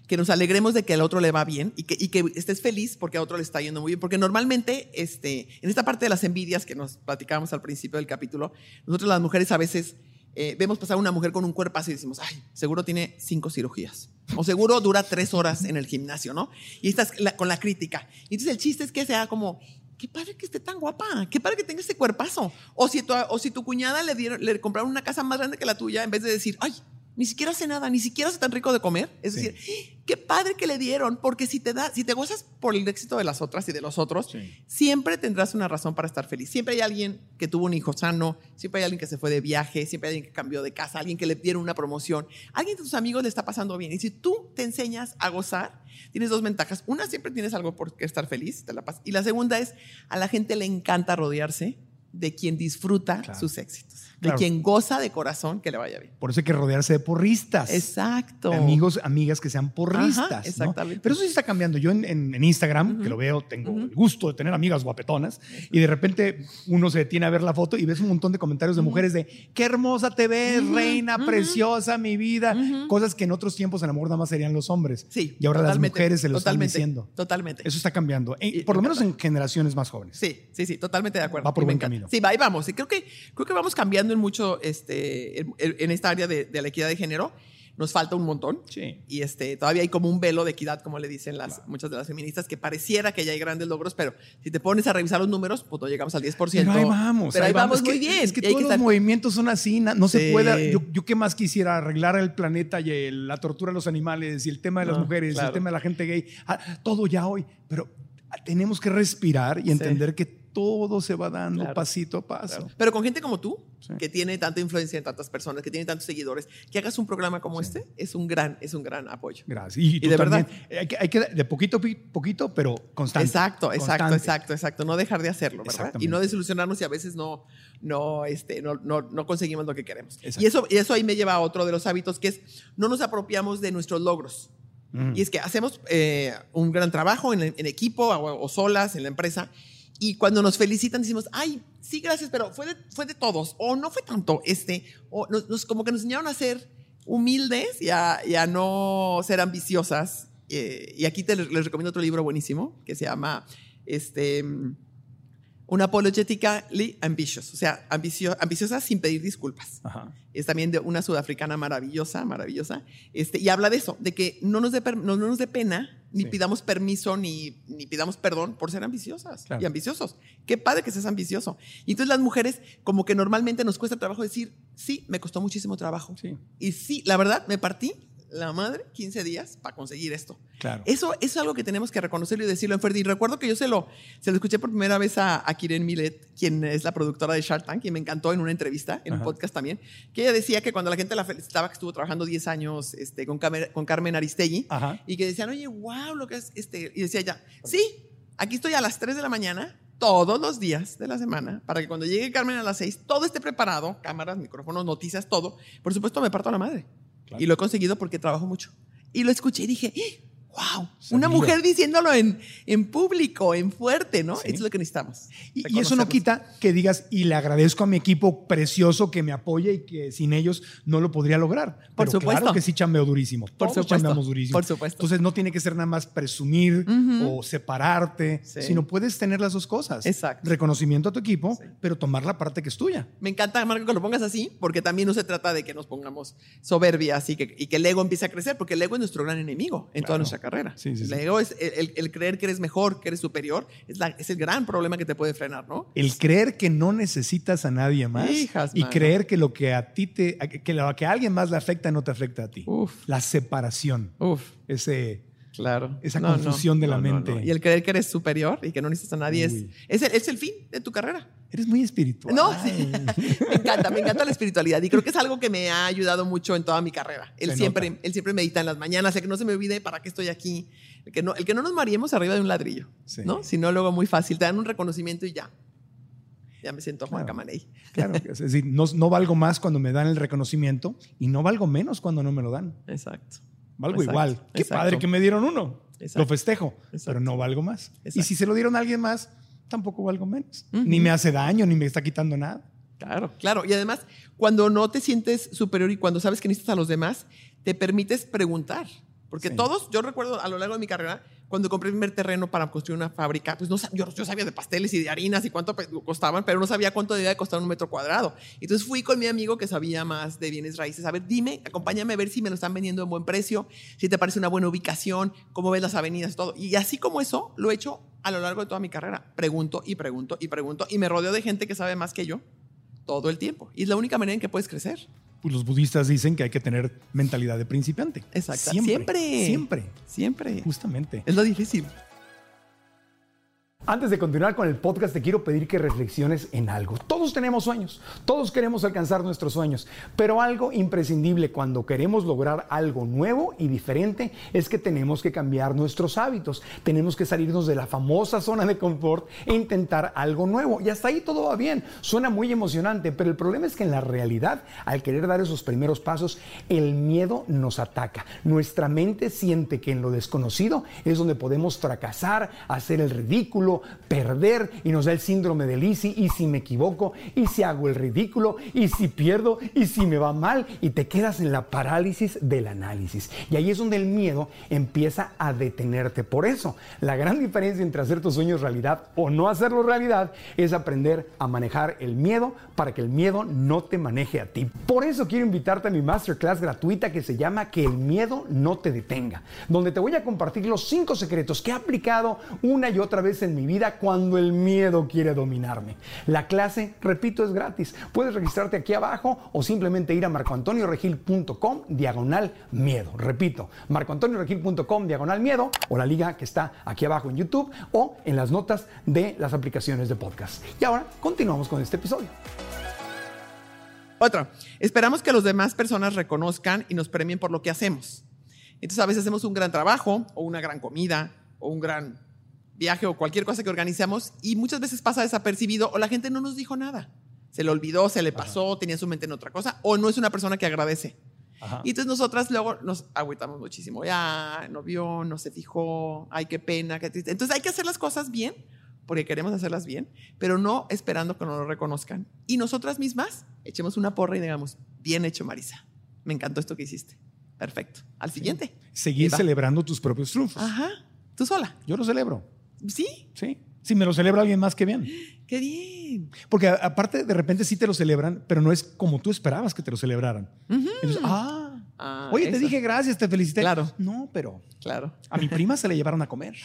Speaker 4: que nos alegremos de que al otro le va bien y que, y que estés feliz porque a otro le está yendo muy bien. Porque normalmente, este, en esta parte de las envidias que nos platicábamos al principio del capítulo, nosotros las mujeres a veces eh, vemos pasar a una mujer con un cuerpazo y decimos, ay, seguro tiene cinco cirugías. O seguro dura tres horas en el gimnasio, ¿no? Y estás la, con la crítica. Y entonces el chiste es que sea como, qué padre que esté tan guapa, qué padre que tenga ese cuerpazo. O si tu, o si tu cuñada le, dieron, le compraron una casa más grande que la tuya, en vez de decir, ay, ni siquiera hace nada, ni siquiera hace tan rico de comer. Es sí. decir, qué padre que le dieron, porque si te da, si te gozas por el éxito de las otras y de los otros, sí. siempre tendrás una razón para estar feliz. Siempre hay alguien que tuvo un hijo sano, siempre hay alguien que se fue de viaje, siempre hay alguien que cambió de casa, alguien que le dieron una promoción, alguien de tus amigos le está pasando bien. Y si tú te enseñas a gozar, tienes dos ventajas. Una, siempre tienes algo por qué estar feliz, te la pasas. Y la segunda es, a la gente le encanta rodearse de quien disfruta claro. sus éxitos. De claro. quien goza de corazón que le vaya bien.
Speaker 3: Por eso hay que rodearse de porristas.
Speaker 4: Exacto.
Speaker 3: De amigos, amigas que sean porristas. Ajá,
Speaker 4: exactamente.
Speaker 3: ¿no? Pero eso sí está cambiando. Yo en, en, en Instagram, uh-huh. que lo veo, tengo uh-huh. el gusto de tener amigas guapetonas uh-huh. y de repente uno se detiene a ver la foto y ves un montón de comentarios de uh-huh. mujeres de qué hermosa te ves, uh-huh. reina, uh-huh. preciosa, mi vida. Uh-huh. Cosas que en otros tiempos en amor nada más serían los hombres.
Speaker 4: Sí,
Speaker 3: y ahora
Speaker 4: totalmente,
Speaker 3: las mujeres se lo están diciendo.
Speaker 4: Totalmente.
Speaker 3: Eso está cambiando. Y, por lo menos en generaciones más jóvenes.
Speaker 4: Sí, sí, sí, totalmente de acuerdo.
Speaker 3: Va por buen camino.
Speaker 4: Sí, va, ahí vamos. Y creo que, creo que vamos cambiando en mucho este, en, en esta área de, de la equidad de género. Nos falta un montón.
Speaker 3: Sí.
Speaker 4: Y este, todavía hay como un velo de equidad, como le dicen las, claro. muchas de las feministas, que pareciera que ya hay grandes logros, pero si te pones a revisar los números, pues no llegamos al diez por ciento.
Speaker 3: Pero ahí vamos.
Speaker 4: Pero ahí, ahí vamos, vamos muy
Speaker 3: que,
Speaker 4: bien.
Speaker 3: Es que todos los estar... movimientos son así. No
Speaker 4: sí.
Speaker 3: se puede. Yo, yo qué más quisiera arreglar el planeta y el, la tortura de los animales y el tema de las no, mujeres, claro. el tema de la gente gay. Ah, todo ya hoy. Pero tenemos que respirar y entender sí. que todo se va dando claro. pasito a paso. Claro.
Speaker 4: Pero con gente como tú, sí. que tiene tanta influencia en tantas personas, que tiene tantos seguidores, que hagas un programa como sí. este, es un gran, es un gran apoyo.
Speaker 3: Gracias. Y, y, y de también, verdad. Hay que, hay que de poquito a poquito, pero constante.
Speaker 4: Exacto, exacto,
Speaker 3: constante.
Speaker 4: exacto, exacto. No dejar de hacerlo, ¿verdad? Y no desilusionarnos si a veces no, no, este, no, no, no conseguimos lo que queremos. Y eso, y eso ahí me lleva a otro de los hábitos, que es no nos apropiamos de nuestros logros. Mm. Y es que hacemos eh, un gran trabajo en, en equipo o, o solas en la empresa. Y cuando nos felicitan decimos, ay, sí, gracias, pero fue de, fue de todos, o no fue tanto, este, o nos, nos, como que nos enseñaron a ser humildes y a, y a no ser ambiciosas. Eh, y aquí te, les recomiendo otro libro buenísimo que se llama este, Unapologetically Ambitious, o sea, ambicio, ambiciosa sin pedir disculpas.
Speaker 3: Ajá.
Speaker 4: Es también de una sudafricana maravillosa, maravillosa, este, y habla de eso, de que no nos dé no, no nos dé pena, ni sí. pidamos permiso, ni, ni pidamos perdón por ser ambiciosas claro. y ambiciosos. Qué padre que seas ambicioso. Y entonces las mujeres, como que normalmente nos cuesta trabajo decir, sí, me costó muchísimo trabajo.
Speaker 3: Sí.
Speaker 4: Y sí, la verdad, me partí la madre quince días para conseguir esto.
Speaker 3: Claro.
Speaker 4: Eso, eso es algo que tenemos que reconocerlo y decirlo en fuerte. Y recuerdo que yo se lo, se lo escuché por primera vez a, a Kiren Millet, quien es la productora de Shark Tank, y me encantó en una entrevista, en Ajá. un podcast también, que ella decía que cuando la gente la felicitaba, que estuvo trabajando diez años este, con, Carmen, con Carmen Aristegui, Ajá. y que decían, oye, wow, lo que es este. Y decía ella, sí, aquí estoy a las tres de la mañana, todos los días de la semana, para que cuando llegue Carmen a las seis, todo esté preparado, cámaras, micrófonos, noticias, todo. Por supuesto, me parto a la madre. Claro. Y lo he conseguido porque trabajo mucho. Y lo escuché y dije, wow, Sabía. Una mujer diciéndolo en, en público, en fuerte, ¿no? Sí. Eso es lo que necesitamos.
Speaker 3: Y, y eso no quita que digas, y le agradezco a mi equipo precioso que me apoya y que sin ellos no lo podría lograr.
Speaker 4: Por
Speaker 3: Pero
Speaker 4: supuesto.
Speaker 3: Claro que sí chambeo durísimo.
Speaker 4: Por
Speaker 3: Todos
Speaker 4: supuesto.
Speaker 3: chambeamos durísimo.
Speaker 4: Por supuesto.
Speaker 3: Entonces no tiene que ser nada más presumir uh-huh. o separarte, sí. sino puedes tener las dos cosas.
Speaker 4: Exacto.
Speaker 3: Reconocimiento a tu equipo,
Speaker 4: sí.
Speaker 3: pero tomar la parte que es tuya.
Speaker 4: Me encanta, Marco, que lo pongas así, porque también no se trata de que nos pongamos soberbias y que, y que el ego empiece a crecer, porque el ego es nuestro gran enemigo en claro. toda nuestra carrera.
Speaker 3: Sí, sí, sí.
Speaker 4: El ego es el, el, el creer que eres mejor, que eres superior, es, la, es el gran problema que te puede frenar, ¿no?
Speaker 3: El creer que no necesitas a nadie más
Speaker 4: Hijas,
Speaker 3: y
Speaker 4: mano. Creer
Speaker 3: que lo que a ti te, que lo que a alguien más le afecta no te afecta a ti.
Speaker 4: Uf.
Speaker 3: La separación.
Speaker 4: Uf.
Speaker 3: Ese,
Speaker 4: claro.
Speaker 3: Esa
Speaker 4: no,
Speaker 3: confusión
Speaker 4: no,
Speaker 3: de la
Speaker 4: no,
Speaker 3: mente.
Speaker 4: No, no. Y el creer que eres superior y que no necesitas a nadie es, es, el, es el fin de tu carrera.
Speaker 3: Eres muy espiritual.
Speaker 4: No, sí. me encanta, me encanta la espiritualidad y creo que es algo que me ha ayudado mucho en toda mi carrera. Él se siempre, nota. él siempre medita en las mañanas, que no se me olvide para qué estoy aquí. El que no, el que no nos mareemos arriba de un ladrillo, sí. ¿no? Si no, luego muy fácil, te dan un reconocimiento y ya. Ya me siento Juan
Speaker 3: claro,
Speaker 4: Camaney.
Speaker 3: Claro, es decir, no, no valgo más cuando me dan el reconocimiento y no valgo menos cuando no me lo dan.
Speaker 4: Exacto.
Speaker 3: Valgo
Speaker 4: exacto,
Speaker 3: igual. Qué
Speaker 4: exacto.
Speaker 3: padre que me dieron uno.
Speaker 4: Exacto.
Speaker 3: Lo festejo,
Speaker 4: exacto.
Speaker 3: pero no valgo más.
Speaker 4: Exacto.
Speaker 3: Y si se lo dieron a alguien más, tampoco valgo menos.
Speaker 4: Uh-huh.
Speaker 3: Ni me hace daño, ni me está quitando nada.
Speaker 4: Claro, claro. Y además, cuando no te sientes superior y cuando sabes que necesitas a los demás, te permites preguntar. Porque
Speaker 3: Sí.
Speaker 4: todos, yo recuerdo a lo largo de mi carrera, cuando compré el primer terreno para construir una fábrica, pues no, yo, yo sabía de pasteles y de harinas y cuánto costaban, pero no sabía cuánto debía de costar un metro cuadrado. Entonces fui con mi amigo que sabía más de bienes raíces. A ver, dime, acompáñame a ver si me lo están vendiendo en buen precio, si te parece una buena ubicación, cómo ves las avenidas, todo. Y así como eso, lo he hecho a lo largo de toda mi carrera. Pregunto y pregunto y pregunto y me rodeo de gente que sabe más que yo todo el tiempo. Y es la única manera en que puedes crecer.
Speaker 3: Pues los budistas dicen que hay que tener mentalidad de principiante.
Speaker 4: Exacto.
Speaker 3: Siempre.
Speaker 4: Siempre.
Speaker 3: Siempre.
Speaker 4: Siempre.
Speaker 3: Justamente.
Speaker 4: Es lo difícil.
Speaker 3: Antes de continuar con el podcast, te quiero pedir que reflexiones en algo. Todos tenemos sueños, todos queremos alcanzar nuestros sueños, pero algo imprescindible cuando queremos lograr algo nuevo y diferente es que tenemos que cambiar nuestros hábitos. Tenemos que salirnos de la famosa zona de confort e intentar algo nuevo. Y hasta ahí todo va bien, suena muy emocionante, pero el problema es que en la realidad, al querer dar esos primeros pasos, el miedo nos ataca. Nuestra mente siente que en lo desconocido es donde podemos fracasar, hacer el ridículo, perder, y nos da el síndrome del y si, y si me equivoco, y si hago el ridículo, y si pierdo, y si me va mal, y te quedas en la parálisis del análisis. Y ahí es donde el miedo empieza a detenerte. Por eso, la gran diferencia entre hacer tus sueños realidad o no hacerlo realidad es aprender a manejar el miedo para que el miedo no te maneje a ti. Por eso quiero invitarte a mi masterclass gratuita que se llama Que el miedo no te detenga, donde te voy a compartir los cinco secretos que he aplicado una y otra vez en mi vida cuando el miedo quiere dominarme. La clase, repito, es gratis. Puedes registrarte aquí abajo o simplemente ir a marcoantonioregil.com diagonal miedo. Repito, marcoantonioregil.com diagonal miedo o la liga que está aquí abajo en YouTube o en las notas de las aplicaciones de podcast. Y ahora continuamos con este episodio.
Speaker 4: Otra, esperamos que las demás personas reconozcan y nos premien por lo que hacemos. Entonces a veces hacemos un gran trabajo o una gran comida o un gran viaje o cualquier cosa que organizamos y muchas veces pasa desapercibido o la gente no nos dijo nada. Se le olvidó, se le pasó, Ajá. tenía su mente en otra cosa o no es una persona que agradece. Ajá. Y entonces nosotras luego nos agüitamos muchísimo. Ya, no vio, no se fijó, ay, qué pena, qué triste. Entonces hay que hacer las cosas bien porque queremos hacerlas bien, pero no esperando que nos lo reconozcan. Y nosotras mismas echemos una porra y digamos, bien hecho, Marisa. Me encantó esto que hiciste. Perfecto. Al sí. siguiente.
Speaker 3: Seguir celebrando tus propios triunfos.
Speaker 4: Ajá. Tú sola.
Speaker 3: Yo lo celebro.
Speaker 4: ¿Sí?
Speaker 3: Sí. Si me lo celebra alguien más, qué bien.
Speaker 4: ¡Qué bien!
Speaker 3: Porque aparte, de repente sí te lo celebran, pero no es como tú esperabas que te lo celebraran. Uh-huh. Entonces, ah, ah, oye, eso. Te dije gracias, te felicité.
Speaker 4: Claro.
Speaker 3: No, pero
Speaker 4: claro.
Speaker 3: A mi prima se le llevaron a comer.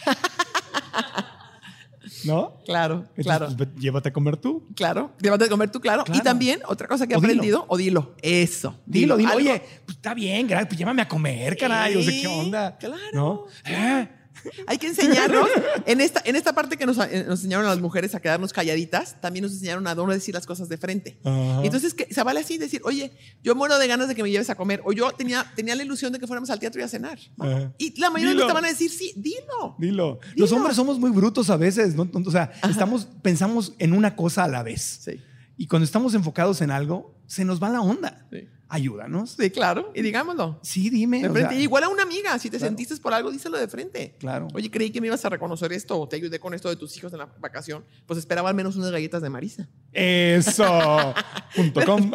Speaker 3: ¿No?
Speaker 4: Claro,
Speaker 3: Entonces,
Speaker 4: claro.
Speaker 3: Pues, llévate a comer tú.
Speaker 4: Claro, llévate a comer tú, claro. claro. Y también, otra cosa que he
Speaker 3: o
Speaker 4: aprendido,
Speaker 3: dilo.
Speaker 4: o dilo, eso.
Speaker 3: Dilo, dilo. dilo. Oye, pues está bien, gracias, pues llévame a comer, caray. Sí, o sea, ¿qué onda?
Speaker 4: Claro.
Speaker 3: ¿No? ¿Eh?
Speaker 4: Hay que enseñarnos, en esta, en esta parte que nos, nos enseñaron a las mujeres a quedarnos calladitas, también nos enseñaron a no decir las cosas de frente. Uh-huh. Entonces, que se vale así decir, oye, yo muero de ganas de que me lleves a comer, o yo tenía, tenía la ilusión de que fuéramos al teatro y a cenar. Uh-huh. Y la mayoría de nos van a decir, sí, dilo.
Speaker 3: Dilo. Dilo. Los hombres somos muy brutos a veces, ¿no? O sea, estamos, pensamos en una cosa a la vez.
Speaker 4: Sí.
Speaker 3: Y cuando estamos enfocados en algo, se nos va la onda.
Speaker 4: Sí.
Speaker 3: Ayúdanos.
Speaker 4: Sí, claro. Y digámoslo.
Speaker 3: Sí, dime.
Speaker 4: De frente.
Speaker 3: O sea,
Speaker 4: igual a una amiga, si te
Speaker 3: claro.
Speaker 4: sentiste por algo, díselo de frente.
Speaker 3: Claro.
Speaker 4: Oye, creí que me ibas a reconocer esto o te ayudé con esto de tus hijos en la vacación. Pues esperaba al menos unas galletas de Marisa.
Speaker 3: Eso. Punto com.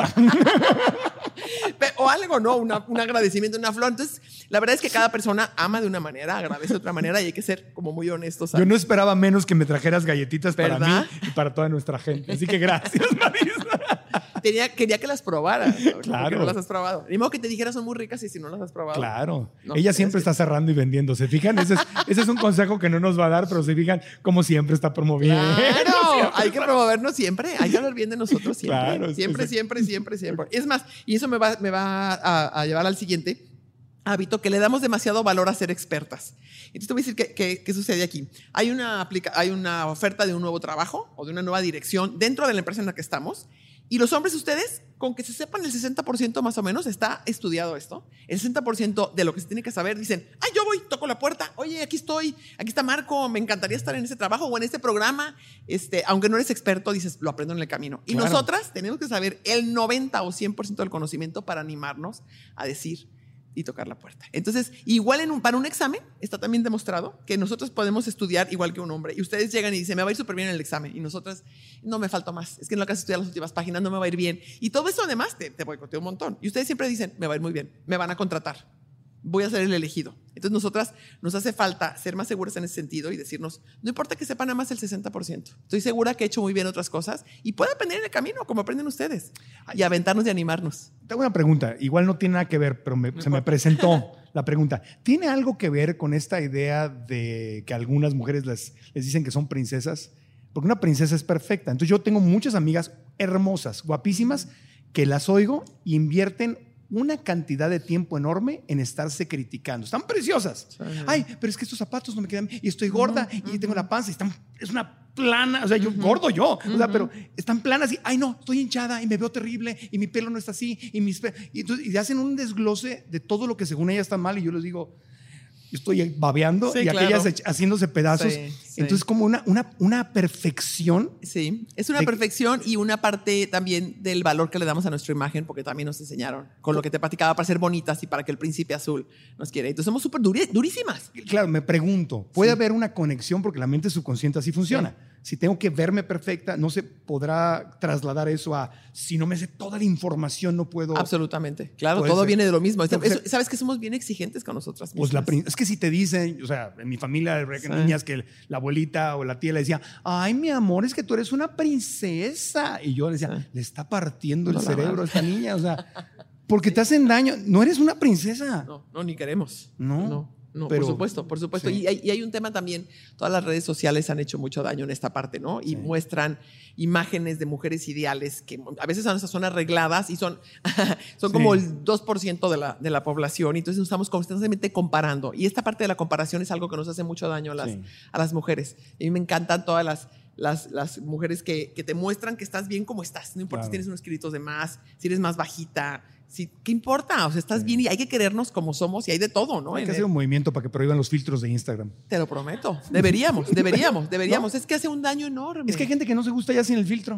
Speaker 4: O algo, ¿no? Una, un agradecimiento, una flor. Entonces, la verdad es que cada persona ama de una manera, agradece de otra manera y hay que ser como muy honestos. ¿Sabes?
Speaker 3: Yo no esperaba menos que me trajeras galletitas
Speaker 4: ¿verdad?
Speaker 3: Para mí y para toda nuestra gente. Así que gracias, Marisa.
Speaker 4: Tenía, quería que las probaras.
Speaker 3: Claro.
Speaker 4: Porque no las has probado. Ni modo que te dijera son muy ricas y si no las has probado.
Speaker 3: Claro.
Speaker 4: No,
Speaker 3: ella siempre
Speaker 4: que...
Speaker 3: está cerrando y vendiendo. ¿Se fijan? Ese es, ese es un consejo que no nos va a dar, pero se fijan como siempre está promoviendo.
Speaker 4: Claro. Hay que promovernos siempre. Hay que hablar bien de nosotros siempre.
Speaker 3: Claro,
Speaker 4: siempre,
Speaker 3: sí,
Speaker 4: siempre, siempre, siempre. Es más, y eso me va, me va a, a llevar al siguiente hábito, que le damos demasiado valor a ser expertas. Entonces te voy a decir qué, qué, qué sucede aquí. Hay una, aplica, hay una oferta de un nuevo trabajo o de una nueva dirección dentro de la empresa en la que estamos. Y los hombres, ustedes, con que se sepan el sesenta por ciento más o menos, está estudiado esto, el sesenta por ciento de lo que se tiene que saber, dicen, ay, yo voy, toco la puerta, oye, aquí estoy, aquí está Marco, me encantaría estar en ese trabajo o en este programa. Este, aunque no eres experto, dices, lo aprendo en el camino. Y claro. Nosotras tenemos que saber el noventa o cien por ciento del conocimiento para animarnos a decir y tocar la puerta. Entonces, igual en un, para un examen, está también demostrado que nosotros podemos estudiar igual que un hombre. Y ustedes llegan y dicen, me va a ir súper bien en el examen. Y nosotras, no, me falta más. Es que no alcanzo a estudiar las últimas páginas, no me va a ir bien. Y todo eso además te, te boicotea un montón. Y ustedes siempre dicen, me va a ir muy bien, me van a contratar, voy a ser el elegido. Entonces, nosotras nos hace falta ser más seguras en ese sentido y decirnos, no importa que sepan nada más el sesenta por ciento. Estoy segura que he hecho muy bien otras cosas y puedo aprender en el camino, como aprenden ustedes. Y aventarnos y animarnos.
Speaker 3: Tengo una pregunta. Igual no tiene nada que ver, pero me, se me presentó la pregunta. ¿Tiene algo que ver con esta idea de que algunas mujeres les, les dicen que son princesas? Porque una princesa es perfecta. Entonces, yo tengo muchas amigas hermosas, guapísimas, que las oigo y invierten una cantidad de tiempo enorme en estarse criticando. Están preciosas. Sí. Ay, pero es que estos zapatos no me quedan y estoy gorda uh-huh, y uh-huh. tengo la panza y están, es una plana, o sea, yo uh-huh. gordo yo, uh-huh. o sea, pero están planas y, ay no, estoy hinchada y me veo terrible y mi pelo no está así y mis pe- y, entonces, y hacen un desglose de todo lo que según ellas está mal y yo les digo, yo estoy babeando sí, y claro. aquellas haciéndose pedazos. Sí, sí. Entonces, como una, una, una perfección.
Speaker 4: Sí, es una de... perfección y una parte también del valor que le damos a nuestra imagen, porque también nos enseñaron con lo que te platicaba para ser bonitas y para que el príncipe azul nos quiera. Entonces, somos súper duri- durísimas.
Speaker 3: Claro, me pregunto, ¿puede sí. haber una conexión? Porque la mente subconsciente así funciona. Sí. Si tengo que verme perfecta, ¿no se podrá trasladar eso a si no me sé toda la información, no puedo?
Speaker 4: Absolutamente. Claro, todo ser. viene de lo mismo. Eso, ¿sabes que somos bien exigentes con nosotras mismas?
Speaker 3: Pues la, es que si te dicen, o sea, en mi familia, sí. niñas que la abuelita o la tía le decía, ay, mi amor, es que tú eres una princesa. Y yo le decía, sí. le está partiendo no el cerebro a esta niña. O sea, porque sí. te hacen daño. No eres una princesa.
Speaker 4: No, no, ni queremos.
Speaker 3: No.
Speaker 4: No. No, pero, por supuesto, por supuesto. Sí. Y, hay, y hay un tema también, todas las redes sociales han hecho mucho daño en esta parte, ¿no? Y sí. muestran imágenes de mujeres ideales que a veces son, son arregladas y son, son sí. como el dos por ciento de la, de la población. Y entonces nos estamos constantemente comparando. Y esta parte de la comparación es algo que nos hace mucho daño a las, sí. a las mujeres. Y a mí me encantan todas las... Las, las mujeres que, que te muestran que estás bien como estás. No importa claro. si tienes unos kilitos de más, si eres más bajita. Si, ¿qué importa? O sea, estás sí. bien y hay que querernos como somos y hay de todo, ¿no?
Speaker 3: Hay que hacer un movimiento para que prohíban los filtros de Instagram.
Speaker 4: Te lo prometo. Deberíamos, deberíamos, deberíamos. ¿No? Es que hace un daño enorme.
Speaker 3: Es que hay gente que no se gusta ya sin el filtro.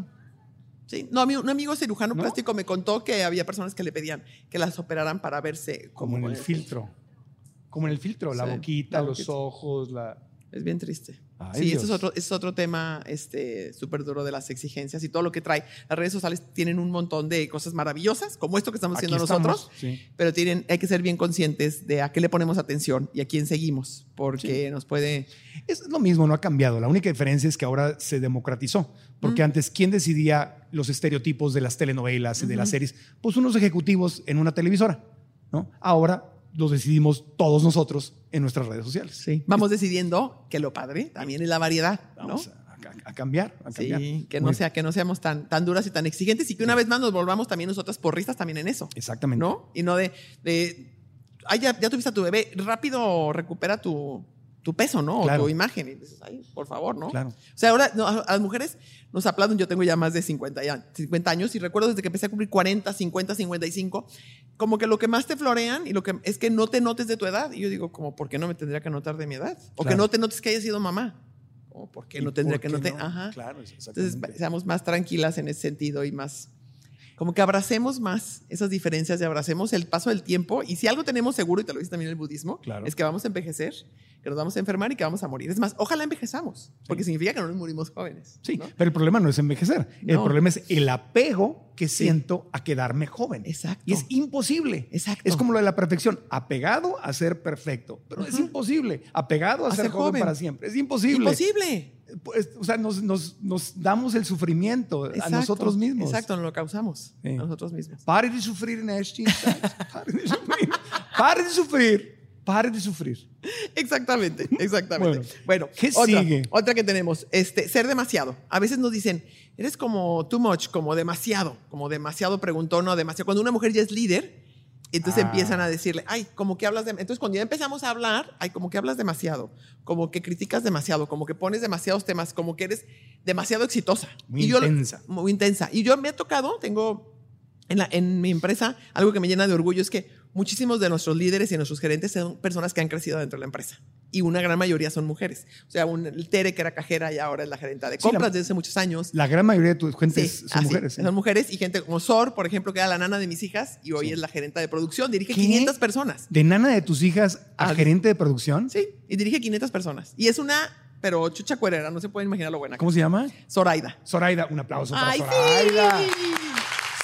Speaker 4: Sí. No, un amigo cirujano ¿No? plástico me contó que había personas que le pedían que las operaran para verse
Speaker 3: como, como en el filtro. Como en el filtro. La sí, boquita, la los boquita. ojos, la...
Speaker 4: Es bien triste. Ay, sí, este es otro, es otro tema este, súper duro de las exigencias y todo lo que trae. Las redes sociales tienen un montón de cosas maravillosas, como esto que estamos haciendo Aquí nosotros, estamos, sí. pero tienen, hay que ser bien conscientes de a qué le ponemos atención y a quién seguimos, porque sí. nos puede...
Speaker 3: Es lo mismo, no ha cambiado. La única diferencia es que ahora se democratizó, porque mm. antes, ¿quién decidía los estereotipos de las telenovelas y mm-hmm. de las series? Pues unos ejecutivos en una televisora, ¿no? Ahora los decidimos todos nosotros en nuestras redes sociales.
Speaker 4: Sí. Vamos decidiendo que lo padre también es la variedad, ¿no?
Speaker 3: Vamos a, a, a cambiar, a cambiar.
Speaker 4: Sí, que no, sea, que no seamos tan, tan duras y tan exigentes y que una sí. vez más nos volvamos también nosotras porristas también en eso.
Speaker 3: Exactamente.
Speaker 4: ¿No? Y no de, de ay, ya, ya tuviste a tu bebé, rápido recupera tu, tu peso, ¿no? Claro. O tu imagen. Y dices, ay, por favor, ¿no?
Speaker 3: Claro.
Speaker 4: O sea, ahora no, a las mujeres nos aplauden. Yo tengo ya más de cincuenta, ya, cincuenta años y recuerdo desde que empecé a cumplir cuarenta, cincuenta, cincuenta y cinco, como que lo que más te florean y lo que es que no te notes de tu edad. Y yo digo, como, ¿por qué no me tendría que notar de mi edad? O claro. que no te notes que hayas sido mamá. O ¿por qué no tendría que notar? No? Ajá.
Speaker 3: Claro, exactamente.
Speaker 4: Entonces, seamos más tranquilas en ese sentido y más... Como que abracemos más esas diferencias y abracemos el paso del tiempo. Y si algo tenemos seguro, y te lo dice también el budismo, claro. es que vamos a envejecer, que nos vamos a enfermar y que vamos a morir. Es más, ojalá envejezamos, porque sí. significa que no nos morimos jóvenes.
Speaker 3: Sí,
Speaker 4: ¿no?
Speaker 3: Pero el problema no es envejecer. No. El problema es el apego que sí. siento a quedarme joven.
Speaker 4: Exacto.
Speaker 3: Y es imposible.
Speaker 4: Exacto.
Speaker 3: Es como lo de la perfección. Apegado a ser perfecto. Pero uh-huh. es imposible. Apegado a, a ser, ser joven, joven para siempre. Es imposible.
Speaker 4: Imposible.
Speaker 3: Pues, o sea, nos, nos, nos damos el sufrimiento
Speaker 4: exacto,
Speaker 3: a nosotros mismos.
Speaker 4: Exacto, nos lo causamos sí. a nosotros mismos.
Speaker 3: Pare de sufrir neste instante. Pare de sufrir. Pare de sufrir. Pare de sufrir.
Speaker 4: Exactamente, exactamente.
Speaker 3: Bueno,
Speaker 4: bueno
Speaker 3: ¿qué
Speaker 4: otra,
Speaker 3: sigue?
Speaker 4: Otra que tenemos, este, ser demasiado. A veces nos dicen, eres como too much, como demasiado, como demasiado preguntón o demasiado. Cuando una mujer ya es líder, entonces ah. empiezan a decirle, ay, como que hablas de... Entonces, cuando ya empezamos a hablar, ay, como que hablas demasiado, como que criticas demasiado, como que pones demasiados temas, como que eres demasiado exitosa.
Speaker 3: Muy
Speaker 4: y
Speaker 3: intensa.
Speaker 4: Yo, muy intensa. Y yo me ha tocado, tengo en, la, en mi empresa, algo que me llena de orgullo es que muchísimos de nuestros líderes y nuestros gerentes son personas que han crecido dentro de la empresa. Y una gran mayoría son mujeres. O sea, un, el Tere, que era cajera y ahora es la gerenta de compras sí, la, desde hace muchos años.
Speaker 3: La gran mayoría de tus gentes
Speaker 4: sí,
Speaker 3: son
Speaker 4: así,
Speaker 3: mujeres. ¿sí?
Speaker 4: Son mujeres y gente como Sor, por ejemplo, que era la nana de mis hijas y hoy sí. es la gerenta de producción. Dirige ¿Qué? quinientas personas.
Speaker 3: ¿De nana de tus hijas a ah, gerente de producción?
Speaker 4: Sí, y dirige quinientas personas. Y es una, pero chucha cuerera, no se pueden imaginar lo buena.
Speaker 3: ¿Cómo se llama?
Speaker 4: Zoraida.
Speaker 3: Zoraida, un aplauso para
Speaker 4: Ay,
Speaker 3: Zoraida.
Speaker 4: Sí.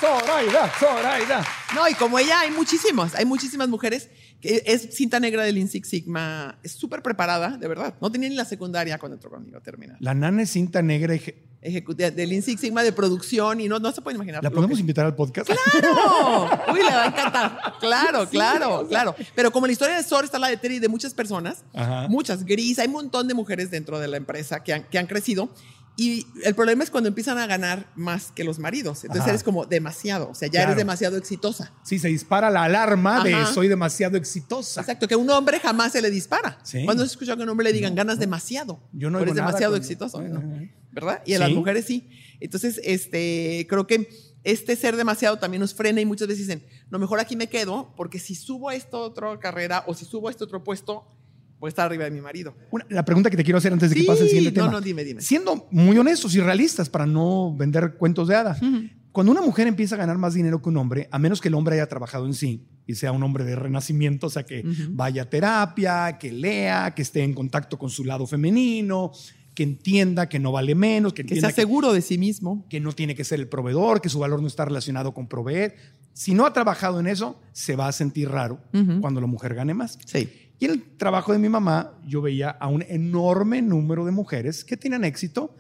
Speaker 3: Zoraida, Zoraida.
Speaker 4: No, y como ella, hay muchísimas, hay muchísimas mujeres que es cinta negra del Lean Six Sigma, es súper preparada, de verdad. No tenía ni la secundaria cuando entró conmigo a terminar.
Speaker 3: La nana es cinta negra. Eje...
Speaker 4: Ejecutiva del Lean Six Sigma de producción y no, no se puede imaginar.
Speaker 3: ¿La podemos
Speaker 4: que...
Speaker 3: invitar al podcast?
Speaker 4: ¡Claro! Uy, le va a encantar. Claro, sí, claro, o sea... claro. Pero como la historia de Sor está la de Terry y de muchas personas, Ajá. muchas, Gris, hay un montón de mujeres dentro de la empresa que han, que han crecido. Y el problema es cuando empiezan a ganar más que los maridos. Entonces Ajá. eres como demasiado, o sea, ya claro. eres demasiado exitosa.
Speaker 3: Sí, se dispara la alarma Ajá. de soy demasiado exitosa.
Speaker 4: Exacto, que a un hombre jamás se le dispara. ¿Sí? Cuando has escuchado que a un hombre le digan no, ganas no. demasiado, yo no eres demasiado con... exitoso, ¿no? ¿Verdad? Y a ¿Sí? las mujeres sí. Entonces, este, creo que este ser demasiado también nos frena y muchas veces dicen, no, mejor aquí me quedo porque si subo a esta otra carrera o si subo a este otro puesto, voy a estar arriba de mi marido.
Speaker 3: Una, la pregunta que te quiero hacer antes de
Speaker 4: sí,
Speaker 3: que pase el siguiente
Speaker 4: no,
Speaker 3: tema.
Speaker 4: No, no, dime, dime.
Speaker 3: Siendo muy honestos y realistas para no vender cuentos de hadas, uh-huh. cuando una mujer empieza a ganar más dinero que un hombre, a menos que el hombre haya trabajado en sí y sea un hombre de renacimiento, o sea, que uh-huh. vaya a terapia, que lea, que esté en contacto con su lado femenino, que entienda que no vale menos, que,
Speaker 4: que sea seguro
Speaker 3: que,
Speaker 4: de sí mismo.
Speaker 3: Que no tiene que ser el proveedor, que su valor no está relacionado con proveer. Si no ha trabajado en eso, se va a sentir raro uh-huh. cuando la mujer gane más.
Speaker 4: Sí.
Speaker 3: Y en el trabajo de mi mamá, yo veía a un enorme número de mujeres que tenían éxito.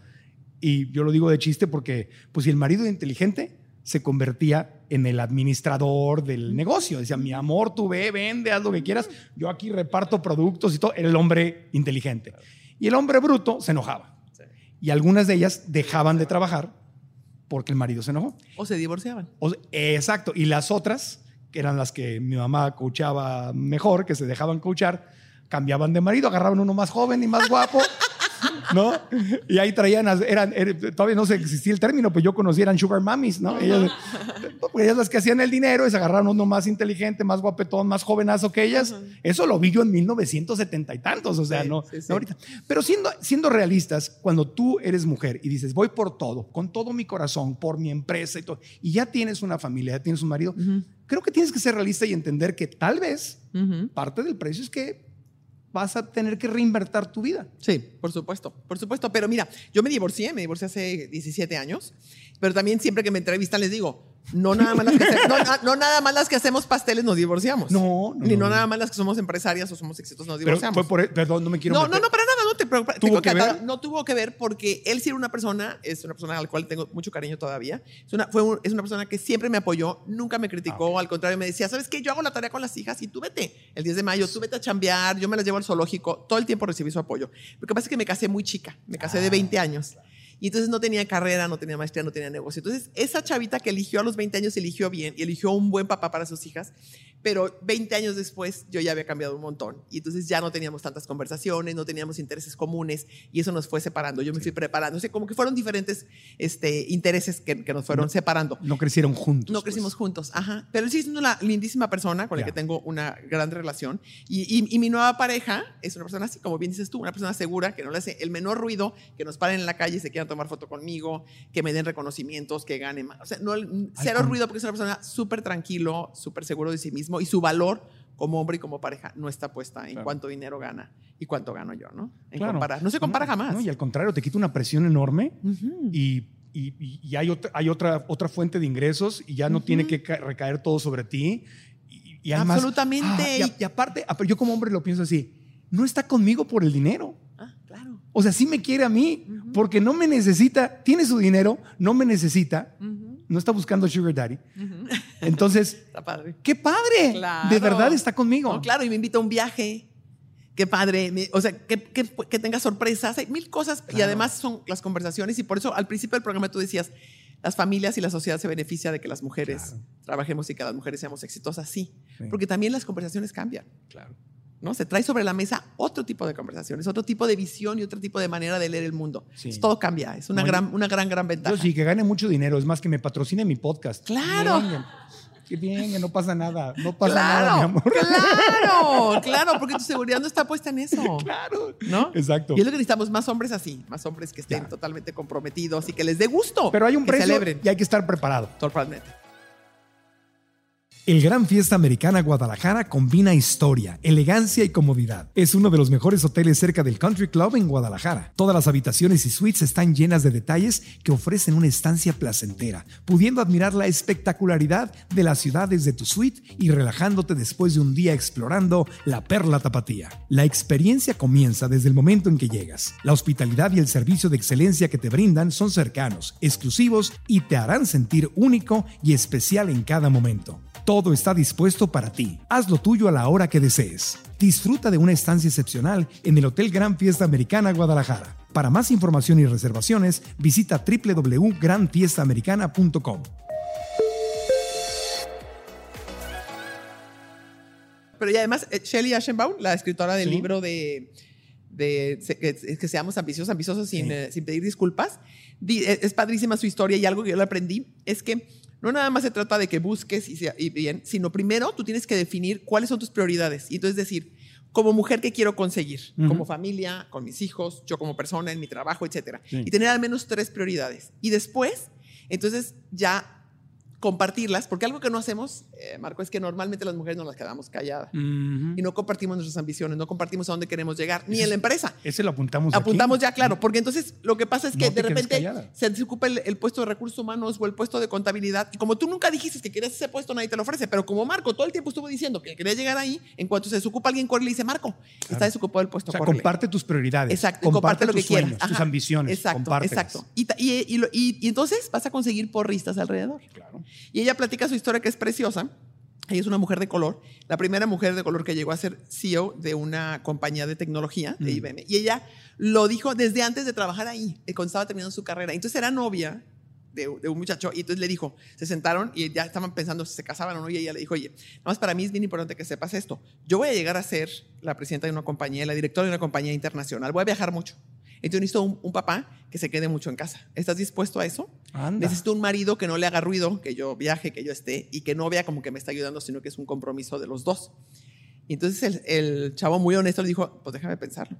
Speaker 3: Y yo lo digo de chiste porque, pues, si el marido era inteligente, se convertía en el administrador del negocio. Decía, mi amor, tú ve, vende, haz lo que quieras. Yo aquí reparto productos y todo. Era el hombre inteligente. Y el hombre bruto se enojaba. Sí. Y algunas de ellas dejaban de trabajar porque el marido se enojó.
Speaker 4: O se divorciaban.
Speaker 3: O, exacto. Y las otras, que eran las que mi mamá coachaba mejor, que se dejaban coachar, cambiaban de marido, agarraban uno más joven y más guapo, ¿no? Y ahí traían, eran, eran, todavía no se existía el término, pues yo conocí, eran sugar mummies, ¿no? Ellas, pues ellas las que hacían el dinero y se agarraron uno más inteligente, más guapetón, más jovenazo que ellas. Uh-huh. Eso lo vi yo en mil novecientos setenta y tantos, o sea, sí, no, sí, sí. no ahorita. Pero siendo, siendo realistas, cuando tú eres mujer y dices, voy por todo, con todo mi corazón, por mi empresa y todo, y ya tienes una familia, ya tienes un marido, uh-huh. creo que tienes que ser realista y entender que tal vez uh-huh. parte del precio es que vas a tener que reinvertir tu vida.
Speaker 4: Sí, por supuesto, por supuesto. Pero mira, yo me divorcié, me divorcié hace diecisiete años, pero también siempre que me entrevistan les digo, no nada más las que hacemos, no, no nada más las que hacemos pasteles nos divorciamos.
Speaker 3: No, no.
Speaker 4: Ni
Speaker 3: no,
Speaker 4: no
Speaker 3: no.
Speaker 4: nada más las que somos empresarias o somos exitosos nos
Speaker 3: pero
Speaker 4: divorciamos.
Speaker 3: Fue por, perdón, no me quiero
Speaker 4: No,
Speaker 3: meter.
Speaker 4: no, no, para nada, no te preocupes.
Speaker 3: ¿Tuvo
Speaker 4: te,
Speaker 3: que ver?
Speaker 4: No tuvo que ver porque él sí era una persona, es una persona al cual tengo mucho cariño todavía. Es una, fue un, es una persona que siempre me apoyó, nunca me criticó, ah, okay. al contrario me decía, ¿sabes qué? Yo hago la tarea con las hijas y tú vete. El diez de mayo, tú vete a chambear, yo me las llevo al zoológico, todo el tiempo recibí su apoyo. Lo que pasa es que me casé muy chica, me casé ah. de veinte años. Y entonces no tenía carrera, no tenía maestría, no tenía negocio. Entonces esa chavita que eligió a los veinte años eligió bien y eligió un buen papá para sus hijas. Pero veinte años después yo ya había cambiado un montón. Y entonces ya no teníamos tantas conversaciones, no teníamos intereses comunes y eso nos fue separando. Yo me fui preparando. O sea, como que fueron diferentes este, intereses que, que nos fueron
Speaker 3: no,
Speaker 4: separando.
Speaker 3: No crecieron juntos.
Speaker 4: No crecimos pues. juntos, ajá. Pero él sigue siendo una lindísima persona con la que tengo una gran relación. Y, y, y mi nueva pareja es una persona así, como bien dices tú, una persona segura, que no le hace el menor ruido, que nos paren en la calle y se quieran tomar foto conmigo, que me den reconocimientos, que gane más. O sea, no, cero Ay, ruido porque es una persona súper tranquilo, súper seguro de sí mismo y su valor como hombre y como pareja no está puesta en claro. cuánto dinero gana y cuánto gano yo, ¿no? En claro. comparar. No se compara
Speaker 3: no,
Speaker 4: jamás.
Speaker 3: No, y al contrario, te quita una presión enorme uh-huh. y, y, y hay, otra, hay otra, otra fuente de ingresos y ya no uh-huh. tiene que recaer todo sobre ti. Y, y además,
Speaker 4: absolutamente.
Speaker 3: Ah, y, y aparte, yo como hombre lo pienso así, no está conmigo por el dinero.
Speaker 4: Ah, claro.
Speaker 3: O sea, sí me quiere a mí uh-huh. porque no me necesita, tiene su dinero, no me necesita. Uh-huh. No está buscando sugar daddy. Uh-huh. Entonces,
Speaker 4: está padre.
Speaker 3: ¡Qué padre!
Speaker 4: Claro.
Speaker 3: De verdad está conmigo.
Speaker 4: No, claro, y me invita a un viaje. ¡Qué padre! Me, o sea, que, que, que tenga sorpresas. Hay mil cosas. Claro. Y además son las conversaciones. Y por eso al principio del programa tú decías, las familias y la sociedad se beneficia de que las mujeres claro. trabajemos y que las mujeres seamos exitosas. Sí, sí. Porque también las conversaciones cambian.
Speaker 3: Claro.
Speaker 4: ¿No? Se trae sobre la mesa otro tipo de conversaciones, otro tipo de visión y otro tipo de manera de leer el mundo. Sí. Entonces, todo cambia. Es una, no, gran, una gran, gran ventaja.
Speaker 3: Yo sí, que gane mucho dinero. Es más, que me patrocine mi podcast.
Speaker 4: ¡Claro!
Speaker 3: Bien, qué bien, que no pasa nada. No pasa
Speaker 4: claro,
Speaker 3: nada, mi amor.
Speaker 4: ¡Claro! Claro, porque tu seguridad no está puesta en eso.
Speaker 3: ¡Claro!
Speaker 4: ¿No?
Speaker 3: Exacto.
Speaker 4: Y es lo que necesitamos, más hombres así. Más hombres que estén claro. totalmente comprometidos y que les dé gusto.
Speaker 3: Pero hay un
Speaker 4: que
Speaker 3: precio
Speaker 4: celebren.
Speaker 3: Y hay que estar preparado.
Speaker 4: Totalmente.
Speaker 3: El Gran Fiesta Americana Guadalajara combina historia, elegancia y comodidad. Es uno de los mejores hoteles cerca del Country Club en Guadalajara. Todas las habitaciones y suites están llenas de detalles que ofrecen una estancia placentera, pudiendo admirar la espectacularidad de la ciudad desde tu suite y relajándote después de un día explorando la Perla Tapatía. La experiencia comienza desde el momento en que llegas. La hospitalidad y el servicio de excelencia que te brindan son cercanos, exclusivos y te harán sentir único y especial en cada momento. Todo está dispuesto para ti. Haz lo tuyo a la hora que desees. Disfruta de una estancia excepcional en el Hotel Gran Fiesta Americana Guadalajara. Para más información y reservaciones, visita doble u doble u doble u punto gran fiesta americana punto com.
Speaker 4: Pero y además, Shelley Aschenbaum, la escritora del
Speaker 3: Sí. libro
Speaker 4: libro de, de que, que seamos ambiciosos, ambiciosos sin,
Speaker 3: Sí.
Speaker 4: eh, sin pedir disculpas, di, es padrísima su historia y algo que yo le aprendí es que no nada más se trata de que busques y, sea, y bien, sino primero tú tienes que definir cuáles son tus prioridades. Y entonces decir, como mujer, ¿qué quiero conseguir? Uh-huh. Como familia, con mis hijos, yo como persona, en mi trabajo, etcétera. Sí. Y tener al menos tres prioridades. Y después, entonces ya compartirlas, porque algo que no hacemos, eh, Marco, es que normalmente las mujeres nos las quedamos calladas uh-huh. y no compartimos nuestras ambiciones, no compartimos a dónde queremos llegar, ni ese, en la empresa.
Speaker 3: Ese lo apuntamos
Speaker 4: Apuntamos
Speaker 3: aquí.
Speaker 4: ya, claro, porque entonces lo que pasa es que
Speaker 3: no
Speaker 4: de repente se, se ocupa el, el puesto de recursos humanos o el puesto de contabilidad, y como tú nunca dijiste que querías ese puesto, nadie te lo ofrece, pero como Marco todo el tiempo estuvo diciendo que quería llegar ahí, en cuanto se desocupa alguien, corre y le dice, Marco, claro. está desocupado el puesto,
Speaker 3: o sea,
Speaker 4: corre.
Speaker 3: comparte tus prioridades.
Speaker 4: Exacto, comparte, comparte lo
Speaker 3: tus
Speaker 4: que
Speaker 3: sueños,
Speaker 4: quieras.
Speaker 3: tus ambiciones,
Speaker 4: exacto, exacto. Y, y, y, y, y entonces vas a conseguir porristas alrededor.
Speaker 3: Claro.
Speaker 4: Y ella platica su historia, que es preciosa. Ella es una mujer de color, la primera mujer de color que llegó a ser C E O de una compañía de tecnología, de mm. I B M. Y ella lo dijo desde antes de trabajar ahí, cuando estaba terminando su carrera. Entonces era novia de, de un muchacho, y entonces le dijo, se sentaron y ya estaban pensando si se casaban o no, y ella le dijo, oye, nada más para mí es bien importante que sepas esto. Yo voy a llegar a ser la presidenta de una compañía, la directora de una compañía internacional. Voy a viajar mucho. Entonces necesito un, un papá que se quede mucho en casa. ¿Estás dispuesto a eso?
Speaker 3: Anda.
Speaker 4: Necesito un marido que no le haga ruido, que yo viaje, que yo esté, y que no vea como que me está ayudando, sino que es un compromiso de los dos. Y entonces el, el chavo muy honesto le dijo, pues déjame pensarlo.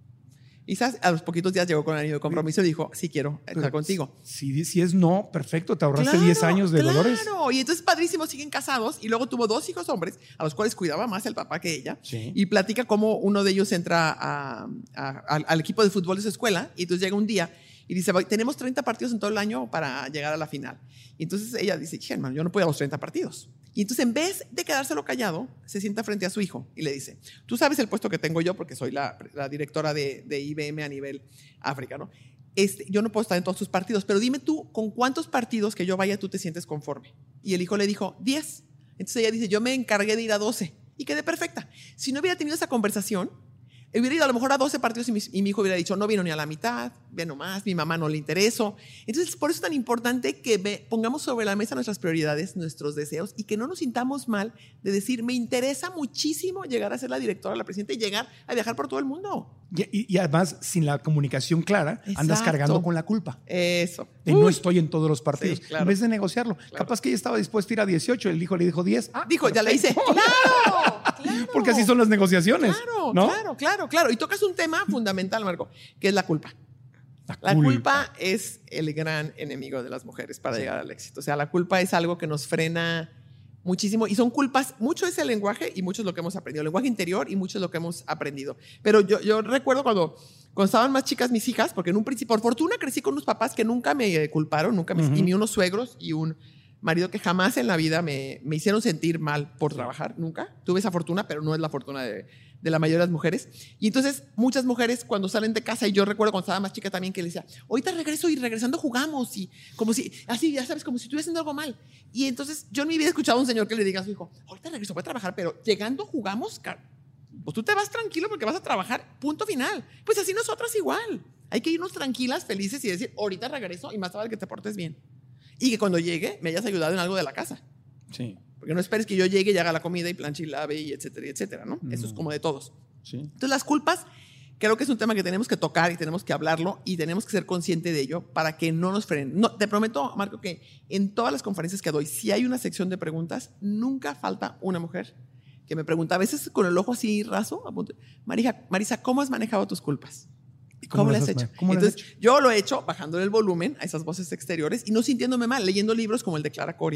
Speaker 4: Y ¿sabes? A los poquitos días llegó con el anillo de compromiso y le dijo, sí quiero estar pues, contigo.
Speaker 3: Si, si es no, perfecto, te ahorraste
Speaker 4: claro,
Speaker 3: diez años de
Speaker 4: claro.
Speaker 3: dolores.
Speaker 4: Claro, y entonces padrísimo, siguen casados, y luego tuvo dos hijos hombres, a los cuales cuidaba más el papá que ella.
Speaker 3: Sí.
Speaker 4: Y platica cómo uno de ellos entra a, a, a, al equipo de fútbol de su escuela, y entonces llega un día y dice, tenemos treinta partidos en todo el año para llegar a la final. Y entonces ella dice, hermano, yo no puedo ir a los treinta partidos. Y entonces, en vez de quedárselo callado, se sienta frente a su hijo y le dice, tú sabes el puesto que tengo yo porque soy la, la directora de, de I B M a nivel África, ¿no? Este, yo no puedo estar en todos tus partidos, pero dime tú, ¿con cuántos partidos que yo vaya tú te sientes conforme? Y el hijo le dijo, diez. Entonces ella dice, yo me encargué de ir a doce y quedé perfecta. Si no hubiera tenido esa conversación, hubiera ido a lo mejor a doce partidos y mi, y mi hijo hubiera dicho, no vino ni a la mitad, ve nomás, mi mamá no le interesó. Entonces, por eso es tan importante que ve, pongamos sobre la mesa nuestras prioridades, nuestros deseos, y que no nos sintamos mal de decir, me interesa muchísimo llegar a ser la directora, la presidenta, y llegar a viajar por todo el mundo.
Speaker 3: Y, y, y además, sin la comunicación clara, Exacto. andas cargando con la culpa.
Speaker 4: Eso.
Speaker 3: De Uy. no estoy en todos los partidos.
Speaker 4: Sí, claro.
Speaker 3: En vez de negociarlo.
Speaker 4: Claro.
Speaker 3: Capaz que ella estaba dispuesta a ir a dieciocho, el hijo le dijo diez.
Speaker 4: Ah, dijo, perfecto. Ya le hice. ¡Claro! Claro.
Speaker 3: Porque así son las negociaciones.
Speaker 4: Claro,
Speaker 3: ¿no?
Speaker 4: claro, claro, claro. Y tocas un tema fundamental, Marco, que es la culpa.
Speaker 3: La,
Speaker 4: la culpa. culpa es el gran enemigo de las mujeres para sí. llegar al éxito. O sea, la culpa es algo que nos frena muchísimo, y son culpas, mucho es el lenguaje y mucho es lo que hemos aprendido, el lenguaje interior, y mucho es lo que hemos aprendido. Pero yo, yo recuerdo cuando, cuando estaban más chicas mis hijas, porque en un principio, por fortuna, crecí con unos papás que nunca me culparon, nunca me, uh-huh. y ni unos suegros y un marido que jamás en la vida me, me hicieron sentir mal por trabajar, nunca. Tuve esa fortuna, pero no es la fortuna de, de la mayoría de las mujeres. Y entonces muchas mujeres cuando salen de casa, y yo recuerdo cuando estaba más chica también, que le decía, ahorita regreso y regresando jugamos, y como si, así, ya sabes, como si estuviera haciendo algo mal. Y entonces yo en mi vida he escuchado a un señor que le diga a su hijo, ahorita regreso, voy a trabajar, pero llegando jugamos, pues tú te vas tranquilo porque vas a trabajar, punto final. Pues así nosotras igual. Hay que irnos tranquilas, felices, y decir, ahorita regreso, y más vale que te portes bien. Y que cuando llegue me hayas ayudado en algo de la casa.
Speaker 3: Sí.
Speaker 4: Porque no esperes que yo llegue y haga la comida y planche y lave y etcétera, y etcétera, ¿no? Mm. Eso es como de todos.
Speaker 3: Sí.
Speaker 4: Entonces las culpas creo que es un tema que tenemos que tocar y tenemos que hablarlo y tenemos que ser conscientes de ello para que no nos frenen. No, te prometo, Marco, que en todas las conferencias que doy, si hay una sección de preguntas, nunca falta una mujer que me pregunta, a veces con el ojo así raso, Marisa, Marisa, ¿cómo has manejado tus culpas? ¿Cómo, ¿Cómo lo has hecho? ¿Cómo Entonces, has hecho? Yo lo he hecho bajándole el volumen a esas voces exteriores y no sintiéndome mal, leyendo libros como el de Clara Coria,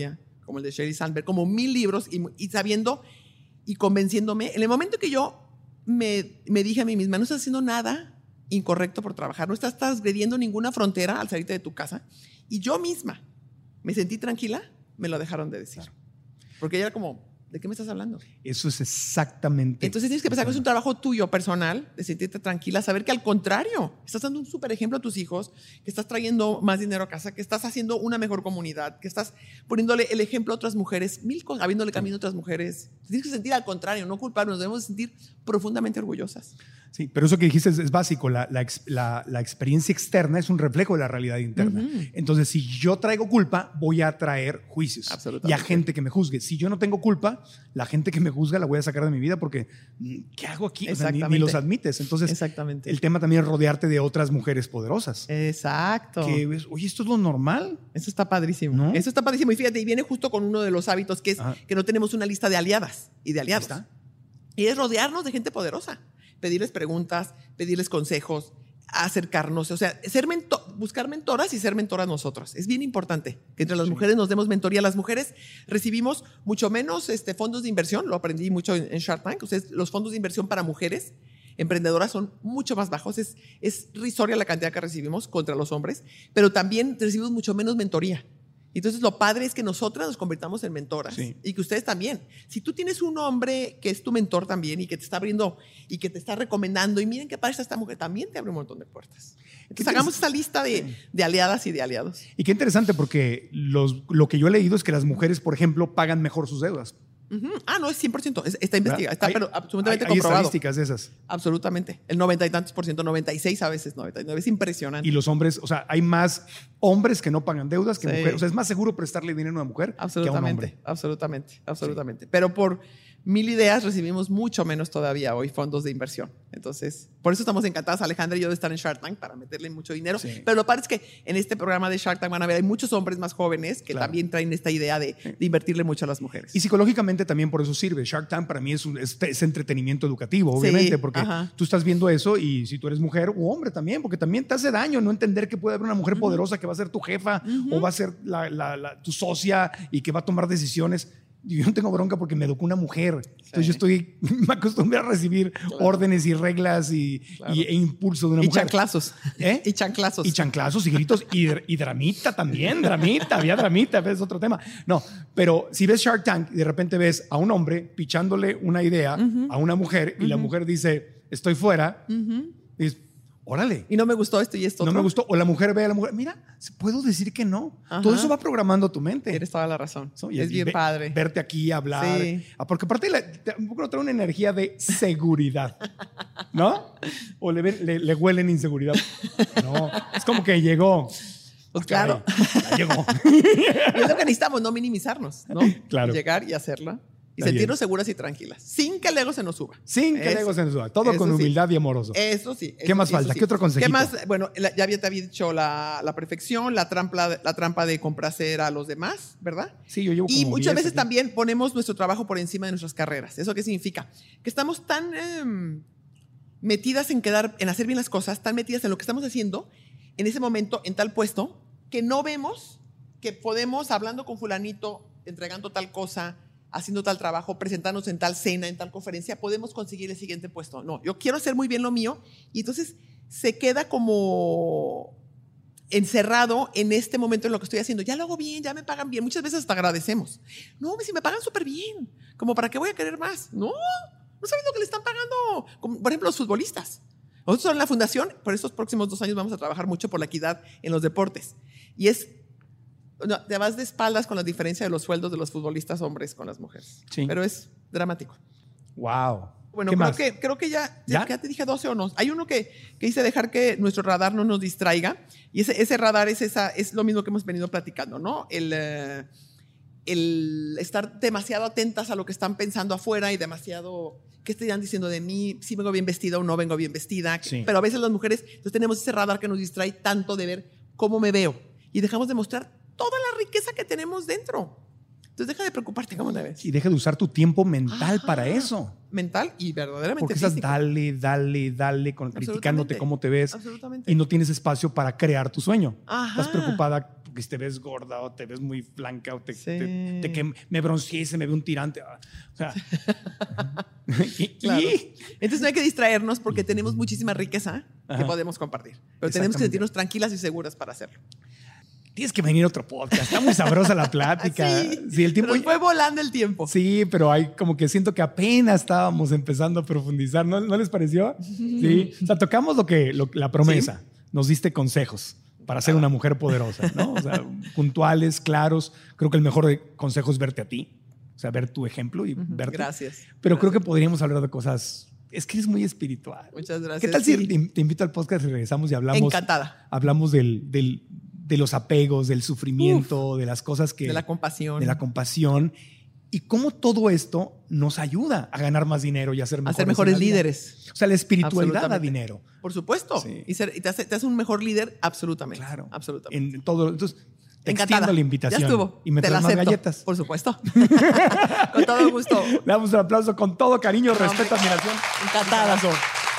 Speaker 4: como el de Sheryl Sandberg, como mil libros y, y sabiendo y convenciéndome. En el momento que yo me, me dije a mí misma, no estás haciendo nada incorrecto por trabajar, no estás transgrediendo ninguna frontera al salirte de tu casa, y yo misma me sentí tranquila, me lo dejaron de decir. Claro. Porque ella era como, ¿de qué me estás hablando?
Speaker 3: Eso es exactamente.
Speaker 4: Entonces tienes que pensar que es un trabajo tuyo personal, de sentirte tranquila, saber que al contrario, estás dando un súper ejemplo a tus hijos, que estás trayendo más dinero a casa, que estás haciendo una mejor comunidad, que estás poniéndole el ejemplo a otras mujeres, mil cosas, abriéndole camino a otras mujeres. Tienes que sentir al contrario, no culparnos, debemos sentir profundamente orgullosas.
Speaker 3: Sí, pero eso que dijiste es, es básico. La, la, la, la experiencia externa es un reflejo de la realidad interna. Uh-huh. Entonces, si yo traigo culpa, voy a traer juicios y a gente que me juzgue. Si yo no tengo culpa, la gente que me juzga la voy a sacar de mi vida porque ¿qué hago aquí? O sea, ni, ni los admites. Entonces,
Speaker 4: exactamente.
Speaker 3: El tema también es rodearte de otras mujeres poderosas.
Speaker 4: Exacto.
Speaker 3: Que ves, oye, esto es lo normal.
Speaker 4: Eso está padrísimo.
Speaker 3: ¿No?
Speaker 4: Eso está padrísimo. Y fíjate, y viene justo con uno de los hábitos que es Ajá. que no tenemos una lista de aliadas y de aliados. ¿Está? Y es rodearnos de gente poderosa. Pedirles preguntas, pedirles consejos, acercarnos, o sea, ser mento- buscar mentoras y ser mentoras nosotras. Es bien importante que entre las sí. mujeres nos demos mentoría. Las mujeres recibimos mucho menos este, fondos de inversión, lo aprendí mucho en, en Shark Tank. O sea, los fondos de inversión para mujeres emprendedoras son mucho más bajos. Es, es risoria la cantidad que recibimos contra los hombres, pero también recibimos mucho menos mentoría. Entonces, lo padre es que nosotras nos convirtamos en mentoras sí. y que ustedes también. Si tú tienes un hombre que es tu mentor también y que te está abriendo y que te está recomendando y miren qué padre está esta mujer, también te abre un montón de puertas. Entonces, hagamos esta lista de, sí. de aliadas y de aliados.
Speaker 3: Y qué interesante porque los, lo que yo he leído es que las mujeres, por ejemplo, pagan mejor sus deudas.
Speaker 4: Uh-huh. Ah, no, es cien por ciento. Está investigado. Está
Speaker 3: hay,
Speaker 4: pero absolutamente
Speaker 3: hay,
Speaker 4: comprobado.
Speaker 3: Hay estadísticas de esas.
Speaker 4: Absolutamente. El noventa y tantos por ciento, noventa y seis a veces, noventa y nueve. Es impresionante.
Speaker 3: Y los hombres, o sea, hay más hombres que no pagan deudas que sí. mujeres. O sea, es más seguro prestarle dinero a una mujer que a un hombre.
Speaker 4: Absolutamente, absolutamente. Sí. Pero por mil ideas recibimos mucho menos todavía hoy fondos de inversión. Entonces, por eso estamos encantadas, Alejandra y yo, de estar en Shark Tank para meterle mucho dinero. Sí. Pero lo padre es que en este programa de Shark Tank van a ver, hay muchos hombres más jóvenes que claro. también traen esta idea de, de invertirle mucho a las mujeres.
Speaker 3: Y psicológicamente también por eso sirve. Shark Tank para mí es, un, es, es entretenimiento educativo, obviamente, sí. porque ajá. tú estás viendo eso y si tú eres mujer o hombre también, porque también te hace daño no entender que puede haber una mujer uh-huh. poderosa que va a ser tu jefa uh-huh. o va a ser la, la, la, tu socia y que va a tomar decisiones. Yo no tengo bronca porque me educó una mujer. Sí. Entonces yo estoy, me acostumbré a recibir claro. órdenes y reglas y, claro. y, e impulso de una
Speaker 4: y
Speaker 3: mujer.
Speaker 4: Chanclazos.
Speaker 3: ¿Eh?
Speaker 4: Y chanclazos.
Speaker 3: Y chanclazos y gritos y, y dramita también, dramita, había dramita, es otro tema. No, pero si ves Shark Tank y de repente ves a un hombre pichándole una idea uh-huh. a una mujer y uh-huh. la mujer dice, estoy fuera, uh-huh. y dices, órale.
Speaker 4: Y no me gustó esto y esto.
Speaker 3: No
Speaker 4: otro.
Speaker 3: me gustó. O la mujer ve a la mujer, mira, puedo decir que no. Ajá. Todo eso va programando tu mente.
Speaker 4: Tienes toda la razón.
Speaker 3: So,
Speaker 4: es bien
Speaker 3: ve,
Speaker 4: padre.
Speaker 3: Verte aquí, hablar. Sí. Porque aparte la, te, un poco trae una energía de seguridad. ¿No? O le, ven, le, le huelen inseguridad. No, es como que llegó.
Speaker 4: Pues claro.
Speaker 3: Ya llegó.
Speaker 4: Y es lo que necesitamos, no minimizarnos, ¿no?
Speaker 3: Claro.
Speaker 4: Llegar y hacerla. Y Está sentirnos bien. seguras y tranquilas, sin que el ego se nos suba.
Speaker 3: Sin que es, el ego se nos suba. Todo con humildad
Speaker 4: sí.
Speaker 3: y amoroso.
Speaker 4: Eso sí. Eso,
Speaker 3: ¿Qué más falta?
Speaker 4: Sí.
Speaker 3: ¿Qué otro consejito?
Speaker 4: ¿Qué más? Bueno, la, ya había, te había dicho la, la perfección, la trampa, la trampa de complacer a los demás, ¿verdad?
Speaker 3: Sí, yo llevo como
Speaker 4: Y muchas veces
Speaker 3: aquí.
Speaker 4: también ponemos nuestro trabajo por encima de nuestras carreras. ¿Eso qué significa? Que estamos tan eh, metidas en quedar, en hacer bien las cosas, tan metidas en lo que estamos haciendo, en ese momento, en tal puesto, que no vemos que podemos, hablando con fulanito, entregando tal cosa, haciendo tal trabajo, presentarnos en tal cena, en tal conferencia, podemos conseguir el siguiente puesto. No, yo quiero hacer muy bien lo mío y entonces se queda como encerrado en este momento en lo que estoy haciendo. Ya lo hago bien, ya me pagan bien. Muchas veces hasta agradecemos. No, si me pagan súper bien, como para qué voy a querer más. No, no saben lo que le están pagando. Como, por ejemplo, los futbolistas. Nosotros en la fundación, por estos próximos dos años vamos a trabajar mucho por la equidad en los deportes. Y es No, te vas de espaldas con la diferencia de los sueldos de los futbolistas hombres con las mujeres.
Speaker 3: Sí.
Speaker 4: Pero es dramático.
Speaker 3: Wow.
Speaker 4: Bueno,
Speaker 3: ¿Qué
Speaker 4: creo
Speaker 3: más?
Speaker 4: que, creo que ya,
Speaker 3: ¿Ya?
Speaker 4: ya te dije doce o no. Hay uno que, que dice dejar que nuestro radar no nos distraiga. Y ese, ese radar es, esa, es lo mismo que hemos venido platicando, ¿no? El, uh, el estar demasiado atentas a lo que están pensando afuera y demasiado... ¿Qué están diciendo de mí? Si vengo bien vestida o no vengo bien vestida.
Speaker 3: Sí.
Speaker 4: Pero a veces las mujeres entonces tenemos ese radar que nos distrae tanto de ver cómo me veo. Y dejamos de mostrar toda la riqueza que tenemos dentro. Entonces deja de preocuparte cómo te ves.
Speaker 3: Y deja de usar tu tiempo mental
Speaker 4: Ajá.
Speaker 3: para eso.
Speaker 4: Mental y verdaderamente
Speaker 3: Porque estás
Speaker 4: físico.
Speaker 3: dale, dale, dale, con, criticándote cómo te ves.
Speaker 4: Absolutamente.
Speaker 3: Y no tienes espacio para crear tu sueño.
Speaker 4: Ajá.
Speaker 3: Estás preocupada porque si te ves gorda o te ves muy blanca o te,
Speaker 4: Sí.
Speaker 3: te, te que me bronceé y se me ve un tirante. O sea, y,
Speaker 4: Claro.
Speaker 3: y-
Speaker 4: Entonces no hay que distraernos porque tenemos muchísima riqueza que
Speaker 3: Ajá.
Speaker 4: podemos compartir. Pero tenemos que
Speaker 3: Exactamente.
Speaker 4: sentirnos tranquilas y seguras para hacerlo.
Speaker 3: tienes que venir a otro podcast. Está muy sabrosa la plática.
Speaker 4: Sí,
Speaker 3: Sí, el tiempo.
Speaker 4: nos fue volando el tiempo.
Speaker 3: Sí, pero hay como que siento que apenas estábamos empezando a profundizar. ¿No, ¿no les pareció? Sí. O sea, tocamos lo que, lo- la promesa. Nos diste consejos para ser una mujer poderosa, ¿no? O sea, puntuales, claros. Creo que el mejor de- consejo es verte a ti. O sea, ver tu ejemplo y verte.
Speaker 4: Gracias.
Speaker 3: Pero
Speaker 4: Gracias.
Speaker 3: creo que podríamos hablar de cosas. Es que eres muy espiritual.
Speaker 4: Muchas gracias.
Speaker 3: ¿Qué tal si
Speaker 4: Sí.
Speaker 3: te, te invito al podcast y regresamos y hablamos?
Speaker 4: Encantada.
Speaker 3: Hablamos del, del- de los apegos, del sufrimiento, de las cosas que.
Speaker 4: De la compasión.
Speaker 3: de la compasión y cómo todo esto nos ayuda a ganar más dinero y a ser
Speaker 4: a
Speaker 3: mejores,
Speaker 4: ser mejores
Speaker 3: en la vida.
Speaker 4: líderes.
Speaker 3: O sea, la espiritualidad da
Speaker 4: Absolutamente.
Speaker 3: dinero.
Speaker 4: Por supuesto.
Speaker 3: Sí.
Speaker 4: Y, ser- y te, hace, te hace un mejor líder, absolutamente.
Speaker 3: Claro.
Speaker 4: Absolutamente.
Speaker 3: En todo. Entonces, te
Speaker 4: Encantada.
Speaker 3: extiendo la invitación.
Speaker 4: Ya estuvo.
Speaker 3: Y me
Speaker 4: te la
Speaker 3: traes más
Speaker 4: acepto.
Speaker 3: galletas.
Speaker 4: Por supuesto. Con todo gusto.
Speaker 3: Le damos un aplauso con todo cariño,
Speaker 4: No,
Speaker 3: respeto,
Speaker 4: hombre.
Speaker 3: admiración.
Speaker 4: Encantada.
Speaker 3: Abrazo.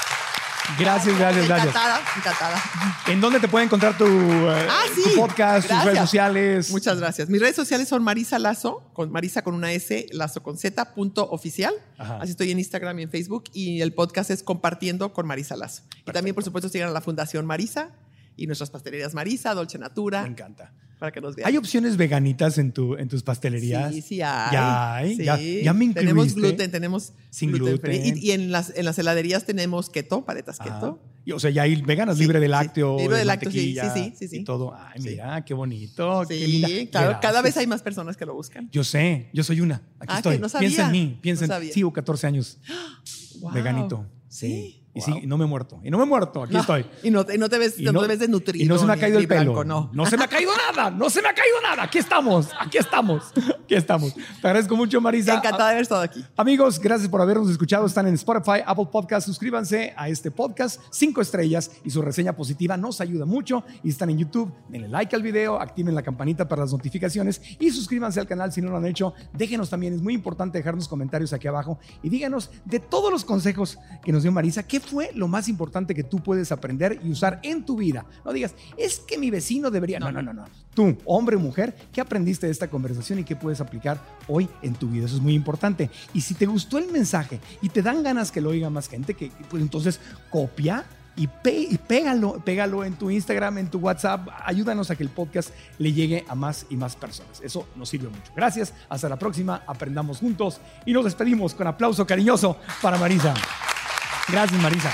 Speaker 3: Gracias, gracias, gracias.
Speaker 4: Encantada, encantada.
Speaker 3: ¿En dónde te puede encontrar tu, eh,
Speaker 4: Ah,
Speaker 3: tu
Speaker 4: sí.
Speaker 3: podcast, tus
Speaker 4: Gracias.
Speaker 3: redes sociales?
Speaker 4: Muchas gracias. Mis redes sociales son Marisa Lazo, con Marisa con una S, Lazo con Z, punto oficial.
Speaker 3: Ajá.
Speaker 4: Así estoy en Instagram y en Facebook. Y el podcast es Compartiendo con Marisa Lazo. Y también, por supuesto, sigan a la Fundación Marisa y nuestras pastelerías Marisa, Dolce Natura,
Speaker 3: Me encanta.
Speaker 4: para que nos vean.
Speaker 3: ¿Hay opciones veganitas en, tu, en tus pastelerías?
Speaker 4: Sí, sí hay.
Speaker 3: Ya hay,
Speaker 4: Sí.
Speaker 3: ya, ya me incluiste.
Speaker 4: Tenemos gluten, tenemos
Speaker 3: Sin
Speaker 4: gluten free.
Speaker 3: gluten.
Speaker 4: Y, y en, las, en las heladerías tenemos keto, paletas
Speaker 3: Ajá.
Speaker 4: keto.
Speaker 3: Y, o sea, ya hay veganas,
Speaker 4: Sí,
Speaker 3: libre de
Speaker 4: sí.
Speaker 3: lácteo,
Speaker 4: Libre de
Speaker 3: de
Speaker 4: lácteo, sí,
Speaker 3: mantequilla
Speaker 4: sí, sí, sí, sí.
Speaker 3: y todo. Ay,
Speaker 4: Sí.
Speaker 3: mira, qué bonito, qué
Speaker 4: Sí,
Speaker 3: linda.
Speaker 4: claro, cada
Speaker 3: Gracias.
Speaker 4: vez hay más personas que lo buscan.
Speaker 3: Yo sé, yo soy una. Aquí
Speaker 4: Ah,
Speaker 3: estoy.
Speaker 4: que no sabía.
Speaker 3: Piensa en mí, piensa
Speaker 4: No
Speaker 3: en
Speaker 4: sabía.
Speaker 3: Sigo catorce años
Speaker 4: Wow.
Speaker 3: veganito. Sí.
Speaker 4: Sí.
Speaker 3: Y
Speaker 4: Wow.
Speaker 3: sí, y no me he muerto. Y no me he muerto, aquí
Speaker 4: No,
Speaker 3: estoy.
Speaker 4: Y no, y no te ves,
Speaker 3: Y
Speaker 4: no, te ves desnutrido.
Speaker 3: y no se me ha
Speaker 4: ni-
Speaker 3: caído
Speaker 4: ni
Speaker 3: el pelo.
Speaker 4: blanco, no.
Speaker 3: No se me ha caído nada. No se me ha caído nada. Aquí estamos. Aquí estamos. Aquí estamos. Te agradezco mucho, Marisa.
Speaker 4: Encantada de haber estado aquí.
Speaker 3: Amigos, gracias por habernos escuchado. Están en Spotify, Apple Podcast. Suscríbanse a este podcast. Cinco estrellas y su reseña positiva nos ayuda mucho. Y están en YouTube. Denle like al video, activen la campanita para las notificaciones y suscríbanse al canal si no lo han hecho. Déjenos también, es muy importante dejarnos comentarios aquí abajo y díganos de todos los consejos que nos dio Marisa, ¿qué fue lo más importante que tú puedes aprender y usar en tu vida? No digas, es que mi vecino debería. No, no, no, no. Tú, hombre o mujer, ¿qué aprendiste de esta conversación y qué puedes aplicar hoy en tu vida? Eso es muy importante. Y si te gustó el mensaje y te dan ganas que lo oiga más gente, que pues entonces copia y, pe y pégalo, pégalo en tu Instagram, en tu WhatsApp. Ayúdanos a que el podcast le llegue a más y más personas. Eso nos sirve mucho. Gracias. Hasta la próxima. Aprendamos juntos y nos despedimos con aplauso cariñoso para Marisa. Gracias, Marisa.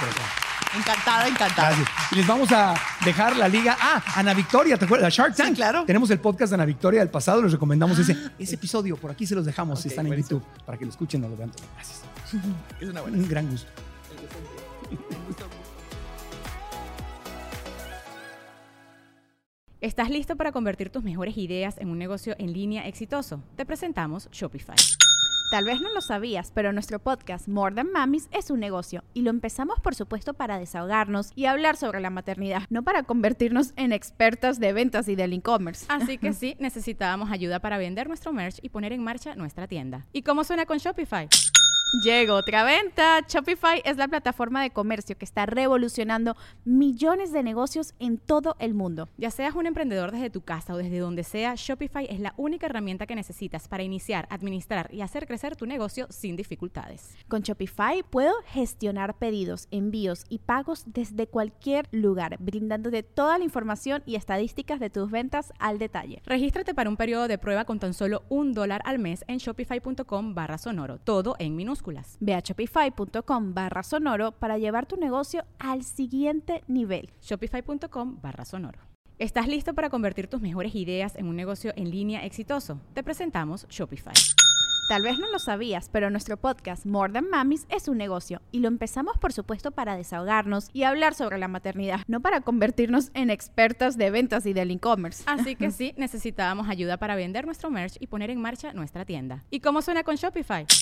Speaker 4: Encantada, encantada.
Speaker 3: Gracias. Y les vamos a dejar la liga. Ah, Ana Victoria, ¿te acuerdas? La Shark Tank.
Speaker 4: Sí, claro.
Speaker 3: Tenemos el podcast de Ana Victoria del pasado. Les recomendamos ese, ese episodio. Por aquí se los dejamos si
Speaker 4: Ok,
Speaker 3: están en
Speaker 4: buenísimo.
Speaker 3: YouTube para que lo escuchen o lo vean todo. Gracias.
Speaker 4: Es una buena.
Speaker 3: Un gran gusto.
Speaker 1: ¿Estás listo para convertir tus mejores ideas en un negocio en línea exitoso? Te presentamos Shopify.
Speaker 2: Tal vez no lo sabías, pero nuestro podcast More Than Mamis es un negocio y lo empezamos por supuesto para desahogarnos y hablar sobre la maternidad, no para convertirnos en expertas de ventas y del e-commerce.
Speaker 1: Así que sí, necesitábamos ayuda para vender nuestro merch y poner en marcha nuestra tienda. ¿Y cómo suena con Shopify?
Speaker 2: Llegó otra venta. Shopify es la plataforma de comercio que está revolucionando millones de negocios en todo el mundo.
Speaker 1: Ya seas un emprendedor desde tu casa o desde donde sea, Shopify es la única herramienta que necesitas para iniciar, administrar y hacer crecer tu negocio sin dificultades.
Speaker 2: Con Shopify puedo gestionar pedidos, envíos y pagos desde cualquier lugar, brindándote toda la información y estadísticas de tus ventas al detalle.
Speaker 1: Regístrate para un periodo de prueba con tan solo un dólar al mes en shopify.com barra sonoro, todo en minúsculas.
Speaker 2: Ve a shopify.com barra sonoro para llevar tu negocio al siguiente nivel.
Speaker 1: Shopify.com barra sonoro. ¿Estás listo para convertir tus mejores ideas en un negocio en línea exitoso? Te presentamos Shopify.
Speaker 2: Tal vez no lo sabías, pero nuestro podcast More Than Mamis es un negocio y lo empezamos por supuesto para desahogarnos y hablar sobre la maternidad, no para convertirnos en expertas de ventas y del e-commerce.
Speaker 1: Así que sí, necesitábamos ayuda para vender nuestro merch y poner en marcha nuestra tienda. ¿Y cómo suena con Shopify?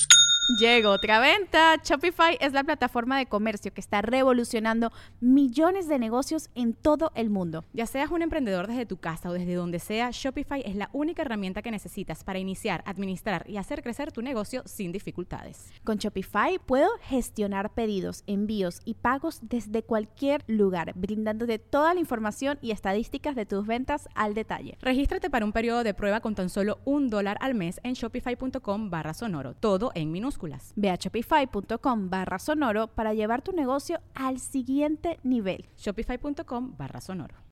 Speaker 2: Llegó otra venta. Shopify es la plataforma de comercio que está revolucionando millones de negocios en todo el mundo.
Speaker 1: Ya seas un emprendedor desde tu casa o desde donde sea, Shopify es la única herramienta que necesitas para iniciar, administrar y hacer crecer tu negocio sin dificultades.
Speaker 2: Con Shopify puedo gestionar pedidos, envíos y pagos desde cualquier lugar, brindándote toda la información y estadísticas de tus ventas al detalle.
Speaker 1: Regístrate para un periodo de prueba con tan solo un dólar al mes en shopify.com barra sonoro, todo en minúsculas.
Speaker 2: Ve a shopify.com barra sonoro para llevar tu negocio al siguiente nivel.
Speaker 1: Shopify.com barra sonoro.